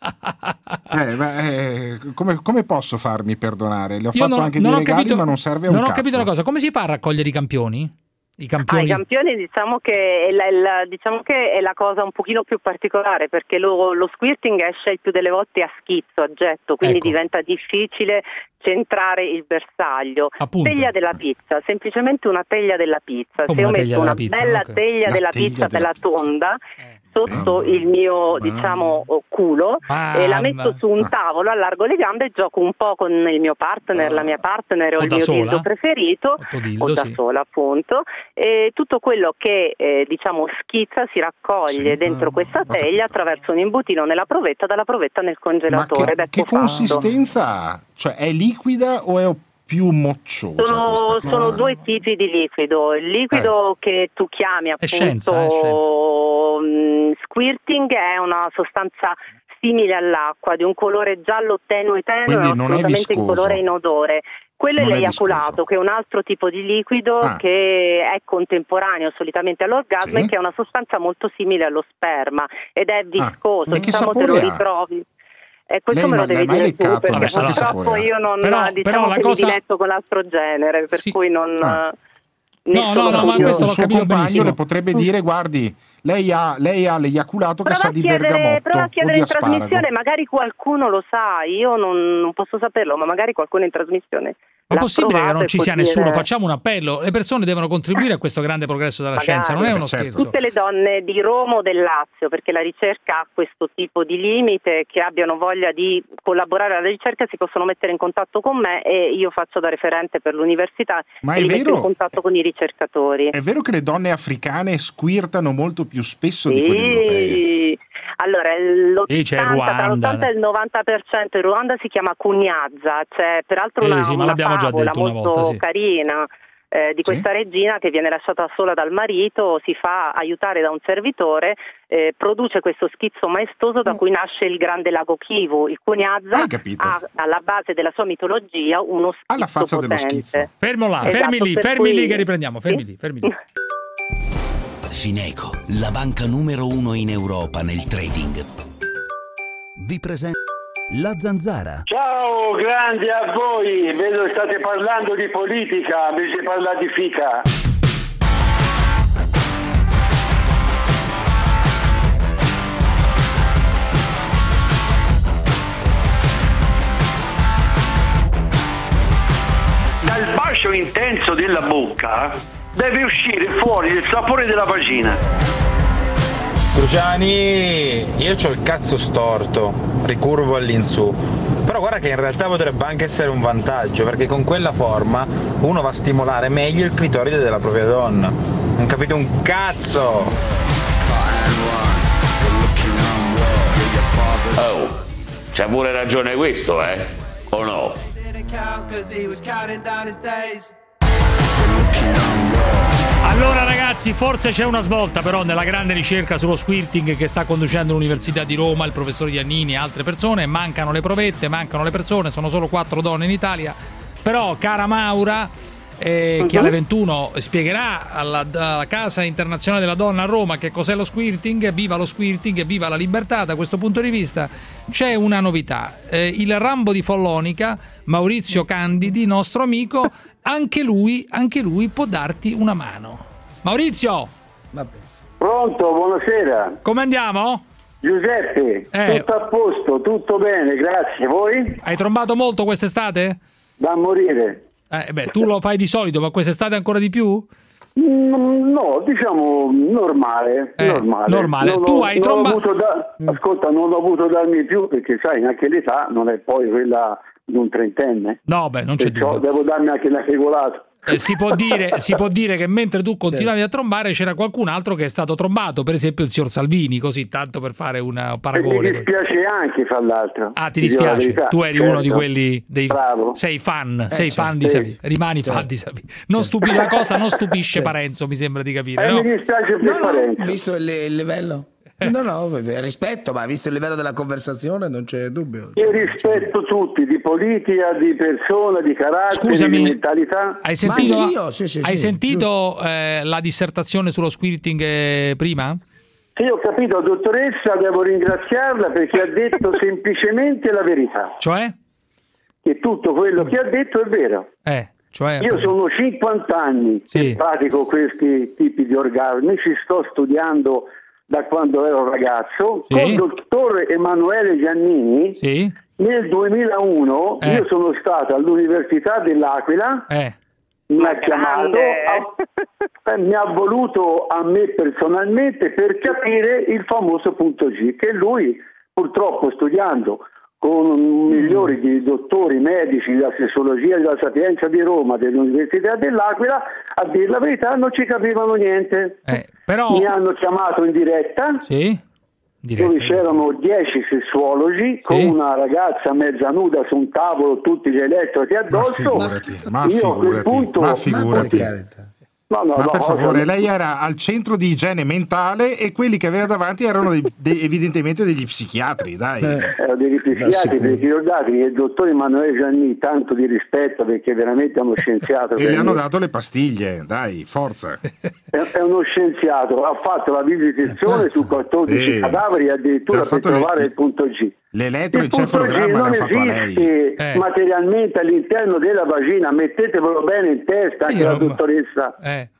Come posso farmi perdonare? Le ho fatto anche dei regali, ma non serve a un cazzo. Non ho capito una cosa, come si fa a raccogliere i campioni? I campioni diciamo che è la cosa un pochino più particolare, perché lo squirting esce il più delle volte a schizzo, a getto, quindi diventa difficile centrare il bersaglio. Appunto. Teglia della pizza, semplicemente una teglia della pizza. Come se io metto una bella teglia della pizza bella tonda sotto il mio culo e la metto su un tavolo, allargo le gambe e gioco un po' con il mio partner, la mia partner o il mio dildo preferito o da sola appunto, e tutto quello che schizza si raccoglie dentro questa teglia attraverso un imbutino nella provetta, dalla provetta nel congelatore. Ma che consistenza ha? Cioè è liquida o è più mocciosa? Sono 2 tipi di liquido. Il liquido che tu chiami appunto squirting è una sostanza simile all'acqua, di un colore giallo tenue, assolutamente incolore e inodore. Quello è l'eiaculato, che è un altro tipo di liquido che è contemporaneo solitamente all'orgasmo e che è una sostanza molto simile allo sperma ed è viscoso, te lo ritrovi. Questo me lo devi dire tu, perché purtroppo io non mi diletto con l'altro genere, per cui non... No, ma questo l'ho capito benissimo. Le potrebbe dire: guardi, lei ha l'eiaculato che sa di bergamotto. Prova a chiedere in trasmissione, magari qualcuno lo sa, io non posso saperlo, ma magari qualcuno in trasmissione. Ma è possibile che non ci sia nessuno? Facciamo un appello, le persone devono contribuire a questo grande progresso della scienza, non è uno scherzo. Tutte le donne di Roma o del Lazio, perché la ricerca ha questo tipo di limite, che abbiano voglia di collaborare alla ricerca si possono mettere in contatto con me e io faccio da referente per l'università e li metto in contatto con i ricercatori. È vero che le donne africane squirtano molto più spesso di quelle europee? Allora, l'80 e il 90% in Ruanda si chiama Kunyazza, c'è peraltro una favola molto carina di questa regina che viene lasciata sola dal marito, si fa aiutare da un servitore, produce questo schizzo maestoso da cui nasce il grande lago Kivu. Il Kunyazza ha alla base della sua mitologia uno schizzo alla faccia potente. Dello schizzo. Fermo là, fermi lì che riprendiamo, fermi lì. Fineco, la banca numero 1 in Europa nel trading, vi presenta La Zanzara. Ciao, grandi a voi. Vedo che state parlando di politica invece di parlare di fica. Dal bacio intenso della bocca deve uscire fuori il sapore della vagina. Luciani, io c'ho il cazzo storto, ricurvo all'insù. Però guarda che in realtà potrebbe anche essere un vantaggio, perché con quella forma uno va a stimolare meglio il clitoride della propria donna. Non capite un cazzo! Oh, c'ha pure ragione questo, o no? Allora ragazzi, forse c'è una svolta però nella grande ricerca sullo squirting che sta conducendo l'Università di Roma, il professor Iannini e altre persone. Mancano le provette, mancano le persone, sono solo 4 donne in Italia. Però cara Maura, che alle 21 spiegherà alla Casa Internazionale della Donna a Roma che cos'è lo squirting, viva lo squirting e viva la libertà. Da questo punto di vista c'è una novità, il Rambo di Follonica, Maurizio Candidi, nostro amico, anche lui può darti una mano. Maurizio! Pronto, buonasera. Come andiamo? Giuseppe, tutto a posto, tutto bene, grazie. Voi? Hai trombato molto quest'estate? Da morire. Tu lo fai di solito, ma quest'estate ancora di più? No, diciamo normale. Tu hai trombato. Ascolta, non ho avuto darmi più perché sai, anche l'età non è poi quella di un trentenne. No, non c'è dubbio. Devo darmi anche una regolata. Si può dire che mentre tu continuavi a trombare c'era qualcun altro che è stato trombato, per esempio il signor Salvini, così tanto per fare un paragone. Mi dispiace anche fra l'altro. Ah, ti dispiace? Tu eri uno di quelli sei fan di Salvini, rimani fan di Salvini. La cosa non stupisce Parenzo, mi sembra di capire. No? Mi dispiace per Parenzo. Visto il livello? No, rispetto, ma visto il livello della conversazione non c'è dubbio. Io rispetto tutti, di politica, di persona, di carattere, scusami, di mentalità. Hai sentito la dissertazione sullo squirting prima? Sì, ho capito, dottoressa, devo ringraziarla perché ha detto semplicemente la verità. Cioè? Che tutto quello che ha detto è vero. Io sono 50 anni che pratico questi tipi di orgasmi, ci sto studiando da quando ero ragazzo, con il dottor Emanuele Giannini. Nel 2001 io sono stato all'Università dell'Aquila, mi ha chiamato, mi ha voluto a me personalmente per capire il famoso punto G, che lui purtroppo studiando con migliori di dottori medici della sessologia della Sapienza di Roma, dell'Università dell'Aquila, a dire la verità non ci capivano niente. Però... Mi hanno chiamato in diretta, dove c'erano 10 sessuologi con una ragazza mezza nuda su un tavolo, tutti gli elettrodi addosso. Ma figurati. Ma per favore, lei era al centro di igiene mentale e quelli che aveva davanti erano evidentemente degli psichiatri, dai. Erano degli psichiatri, perché ricordate che il dottor Emanuele Giannini, tanto di rispetto perché veramente è uno scienziato. E gli hanno dato le pastiglie, dai, forza. È uno scienziato, ha fatto la visitazione su 14 cadaveri addirittura per trovare il punto G. L'elettroencefalogramma l'ha fatto a lei. Materialmente all'interno della vagina, mettetevelo bene in testa anche la dottoressa.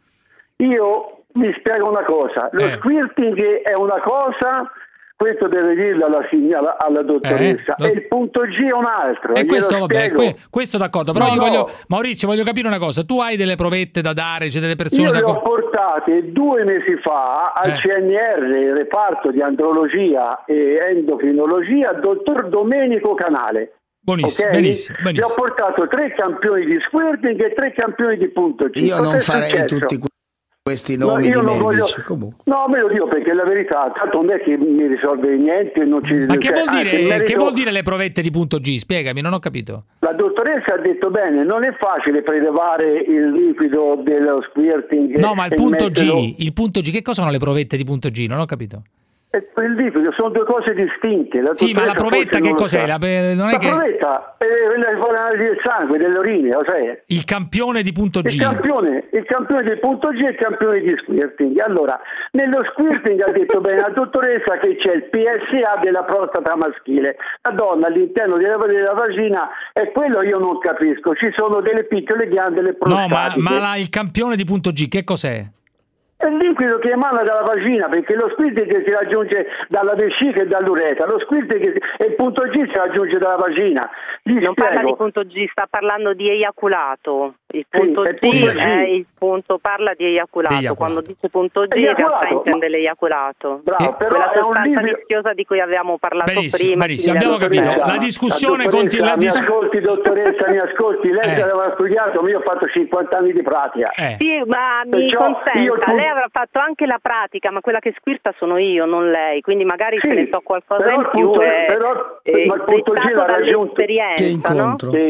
Io mi spiego una cosa, lo squirting è una cosa, questo deve dirlo alla dottoressa, e il punto G è un altro. E questo questo d'accordo, però Maurizio, voglio capire una cosa, tu hai delle provette da dare, c'è delle persone io le ho portate 2 mesi fa al CNR, il reparto di andrologia e endocrinologia, dottor Domenico Canale. Benissimo. Gli ho portato 3 campioni di squirting e 3 campioni di punto G. Io non farei tutti questi nomi di medici. No, me lo dico perché la verità, tanto non è che mi risolve niente. Non ci... Ma che vuol dire le provette di punto G? Spiegami, non ho capito. La dottoressa ha detto bene, non è facile prelevare il liquido dello squirting. No, ma il punto G, che cosa sono le provette di punto G? Non ho capito. Il liquido sono 2 cose distinte. Ma la provetta che cos'è? La provetta è l'analisi del sangue, delle urine, lo sai? Il campione di punto G. Il campione del punto G e il campione di squirting. Allora, nello squirting ha detto bene la dottoressa che c'è il PSA della prostata maschile. La donna all'interno della vagina, e quello io non capisco. Ci sono delle piccole ghiandole prostatiche. No, ma il campione di punto G che cos'è? È il liquido che emana dalla vagina, perché lo squirting si raggiunge dalla vescica e dall'uretra, lo squirting e il punto G si raggiunge dalla vagina. Non parla di punto G, sta parlando di eiaculato. Il punto G è il punto, parla di eiaculato. Quando dice punto G in realtà intende l'eiaculato. Bravo, però quella sostanza vischiosa di cui abbiamo parlato prima. Benissimo, abbiamo capito. La discussione continua. Mi ascolti, dottoressa, mi ascolti. Lei aveva studiato, ma io ho fatto 50 anni di pratica. Sì, ma mi consenta, lei avrà fatto anche la pratica, ma quella che squirta sono io, non lei, quindi magari se ne so qualcosa in più. Ma il punto G l'ha raggiunto. Che incontro. No? Sì.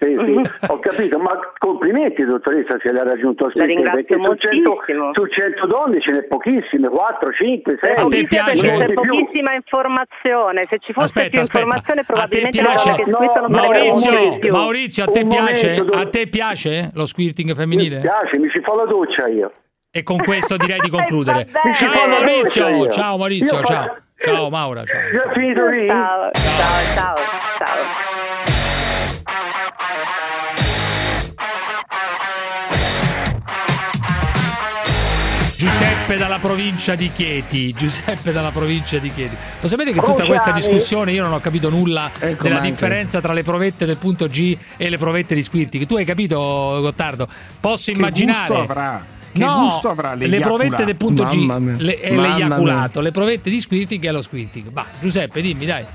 spesi. Ho capito, ma complimenti dottoressa se l'ha raggiunto sempre, perché su 100 donne ce n'è pochissime, 4, 5, 6. A te piace? C'è pochissima informazione, se ci fosse più informazione probabilmente Maurizio, a te piace? A te piace lo squirting femminile? Mi piace, mi ci fa la doccia io. E con questo direi di concludere. Ciao Maurizio, ciao Maurizio, ciao. Ciao Maura, ciao. Ciao. Giuseppe dalla provincia di Chieti. Lo sapete che tutta questa discussione io non ho capito nulla della differenza tra le provette del punto G e le provette di squirting. Tu hai capito, Gottardo? Posso immaginare. Che gusto avrà le provette del punto G è l'eiaculato, le provette di squirting è lo squirting. Giuseppe, dimmi, dai.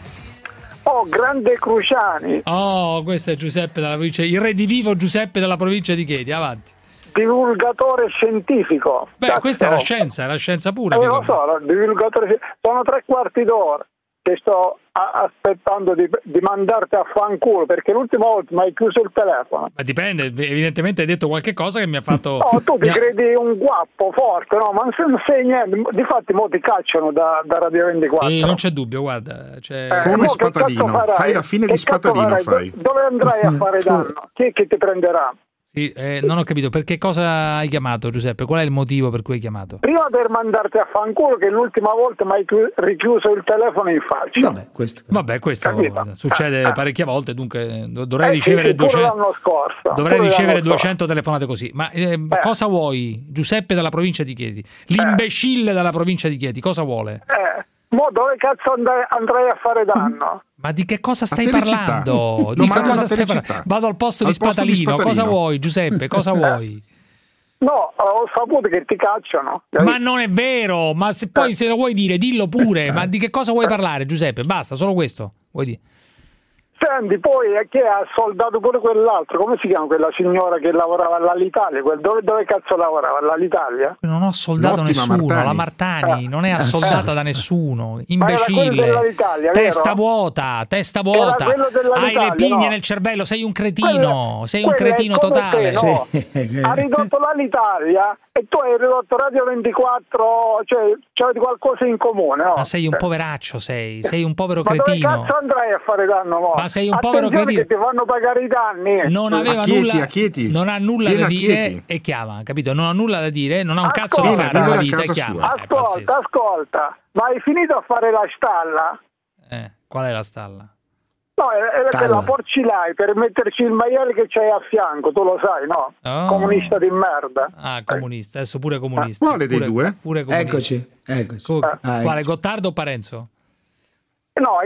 Grande Cruciani. Questo è Giuseppe dalla provincia, il redivivo Giuseppe dalla provincia di Chieti, avanti. Divulgatore scientifico. Questa è la scienza pura. Lo so, divulgatore. Sono 3/4 d'ora che sto aspettando di mandarti a fanculo, perché l'ultima volta mi hai chiuso il telefono. Ma dipende, evidentemente hai detto qualche cosa che mi ha fatto... tu ti credi un guappo forte, no? Ma non sei niente. Difatti mo ti cacciano da Radio 24. Sì, non c'è dubbio, guarda. Come Spatalino, fai la fine di Spatalino. Dove andrai a fare danno? Chi è che ti prenderà? Sì, non ho capito, perché cosa hai chiamato, Giuseppe? Qual è il motivo per cui hai chiamato? Prima per mandarti a fanculo, che l'ultima volta mi hai richiuso il telefono in faccia. Vabbè, questo succede parecchie volte, dunque dovrei ricevere 200. L'anno scorso. Dovrei ricevere 200 telefonate così. Ma cosa vuoi? Giuseppe dalla provincia di Chieti, l'imbecille dalla provincia di Chieti, cosa vuole? Mo dove cazzo andrai a fare danno? Ma di che cosa stai parlando? Vado al posto di Spatalino. Cosa vuoi, Giuseppe? Cosa vuoi? No, ho saputo che ti cacciano. Ma non è vero. Ma se poi se lo vuoi dire, dillo pure. Ma di che cosa vuoi parlare, Giuseppe? Basta, solo questo. Vuoi dire? Senti, poi che ha soldato pure quell'altro, come si chiama quella signora che lavorava all'Italia? Dove cazzo lavorava? All'Italia? Non ho soldato nessuno, la Martani non è assoldata da nessuno, imbecille, testa vuota, hai le pigne nel cervello, sei un cretino, totale. Ha ridotto l'Italia e tu hai ridotto Radio 24, cioè c'è qualcosa in comune, no? Ma sei un poveraccio, sei un povero cretino. Ma dove cazzo andrai a fare danno, mo? Ma sei un povero cretino che ti fanno pagare i danni. Non aveva non ha nulla da dire e chiama, capito? Non ha nulla da dire, non ha un cazzo da fare nella vita e chiama. Ascolta, ma hai finito a fare la stalla? Qual è la stalla? No, è la porcilai per metterci il maiale che c'hai a fianco, tu lo sai, no? Comunista di merda. Comunista, adesso pure comunista. Quale dei due? Pure Eccoci. Quale, Gottardo o Parenzo? No,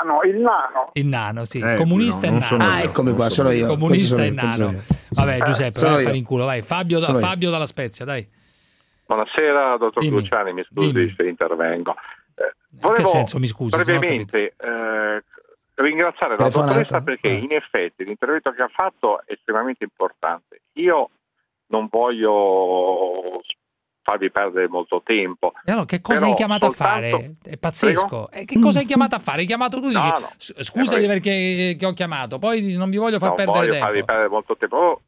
il nano, sì. Comunista e nano. Eccomi qua, sono io. Comunista e nano. Vabbè, Giuseppe, vai a fare in culo, vai. Fabio dalla Spezia, dai. Buonasera, dottor Cruciani, mi scusi se intervengo. In che senso mi scusi? Brevemente, ringraziare la dottoressa perché in effetti l'intervento che ha fatto è estremamente importante. Io non voglio farvi perdere molto tempo. Allora, che cosa hai chiamato a fare? È pazzesco. Che cosa hai chiamato a fare? Hai chiamato tu, dici, scusati perché ho chiamato, poi non vi voglio far perdere tempo. Farvi perdere molto tempo.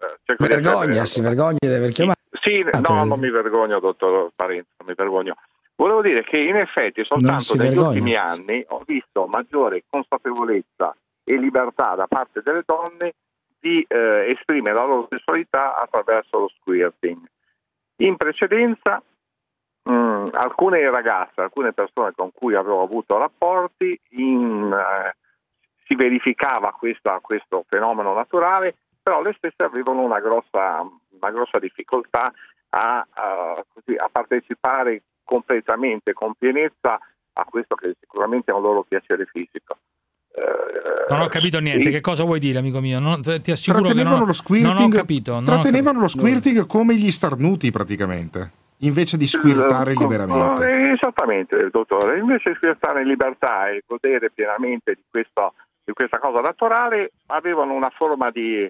Si vergogna di aver chiamato. Sì, non mi vergogno, dottor Parenzo, non mi vergogno. Volevo dire che in effetti soltanto negli ultimi anni ho visto maggiore consapevolezza e libertà da parte delle donne di esprimere la loro sessualità attraverso lo squirting. In precedenza alcune ragazze, alcune persone con cui avevo avuto rapporti, si verificava questo fenomeno naturale, però le stesse avevano una grossa difficoltà a partecipare completamente, con pienezza, a questo che sicuramente è un loro piacere fisico. Non ho capito niente, che cosa vuoi dire, amico mio? Ti assicuro che non ho capito. Trattenevano lo squirting come gli starnuti praticamente, invece di squirtare liberamente. Esattamente, dottore, invece di squirtare in libertà e godere pienamente di questa cosa naturale, avevano una forma di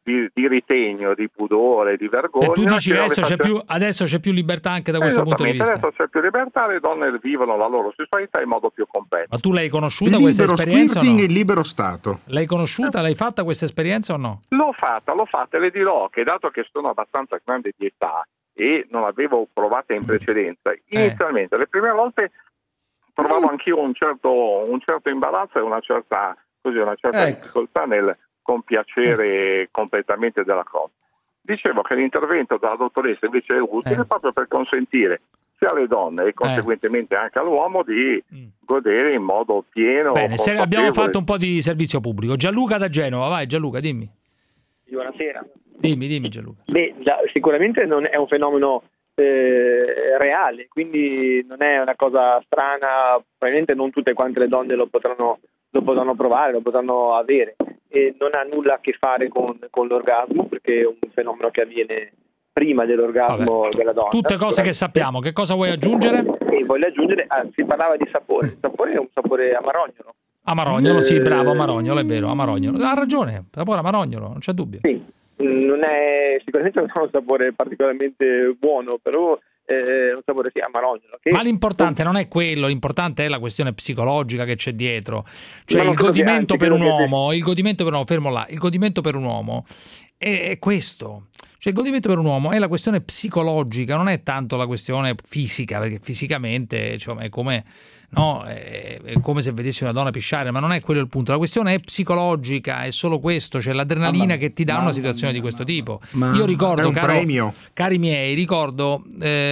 di ritegno, di pudore, di vergogna. E tu dici che adesso c'è più libertà anche da questo punto di vista? Adesso c'è più libertà, le donne vivono la loro sessualità in modo più completo. Ma tu l'hai conosciuta questa esperienza? Libero squirting e libero stato. L'hai conosciuta, l'hai fatta questa esperienza o no? L'ho fatta e le dirò che dato che sono abbastanza grande di età e non avevo provata in precedenza, inizialmente le prime volte trovavo anch'io un certo imbarazzo e una certa difficoltà nel compiacere completamente della cosa. Dicevo che l'intervento della dottoressa invece è utile proprio per consentire sia alle donne e conseguentemente anche all'uomo di godere in modo pieno. Bene, abbiamo fatto un po' di servizio pubblico. Gianluca da Genova, vai Gianluca, dimmi. Buonasera. Dimmi Gianluca. Sicuramente non è un fenomeno reale, quindi non è una cosa strana, probabilmente non tutte quante le donne lo potranno provare, lo potranno avere, e non ha nulla a che fare con l'orgasmo, perché è un fenomeno che avviene prima dell'orgasmo della donna. Tutte cose che sappiamo. Che cosa vuoi aggiungere? Voglio aggiungere, si parlava di sapore. Il sapore è un sapore amarognolo. Amarognolo, sì, bravo, amarognolo, è vero, amarognolo. Ha ragione, sapore amarognolo, non c'è dubbio. Sì, sicuramente non è un sapore particolarmente buono, però è un sapore amarognolo. Ma l'importante non è quello, l'importante è la questione psicologica che c'è dietro. Cioè il godimento per un uomo, fermo là, il godimento per un uomo è questo. Cioè il godimento per un uomo è la questione psicologica, non è tanto la questione fisica, perché fisicamente è come se vedessi una donna pisciare, ma non è quello il punto. La questione è psicologica, è solo questo, cioè l'adrenalina che ti dà una situazione di questo tipo. Io ricordo, cari miei, ricordo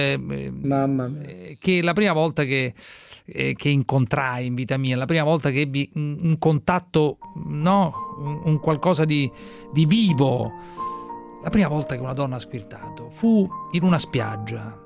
che la prima volta che incontrai in vita mia, la prima volta che ebbi un contatto, un qualcosa di vivo, la prima volta che una donna ha squirtato fu in una spiaggia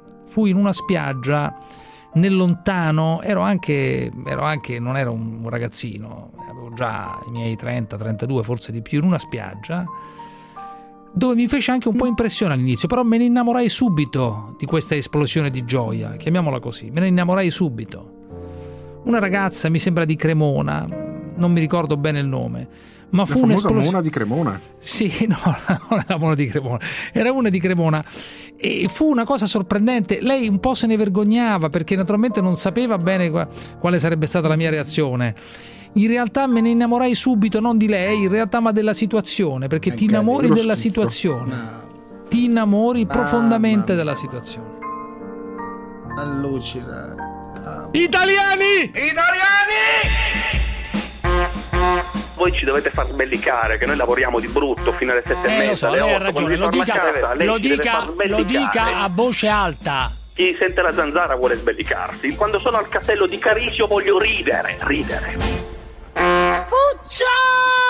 nel lontano, ero anche non ero un ragazzino, avevo già i miei 30, 32, forse di più, in una spiaggia dove mi fece anche un po' impressione all'inizio, però me ne innamorai subito di questa esplosione di gioia, chiamiamola così, me ne innamorai subito. Una ragazza, mi sembra di Cremona, non mi ricordo bene il nome, ma fu un'esplosione. Mona di Cremona? Sì, no, non era Mona di Cremona, era una di Cremona, e fu una cosa sorprendente. Lei un po' se ne vergognava perché naturalmente non sapeva bene quale sarebbe stata la mia reazione. In realtà me ne innamorai subito, non di lei in realtà, ma della situazione, perché ti innamori della situazione, ti innamori profondamente della situazione. Allucina. Italiani! Voi ci dovete far sbellicare, che noi lavoriamo di brutto fino alle 7:30, alle 8. Lei ha ragione, lo dica a voce alta. Chi sente la zanzara vuole sbellicarsi. Quando sono al castello di Carisio voglio ridere. Fuccia!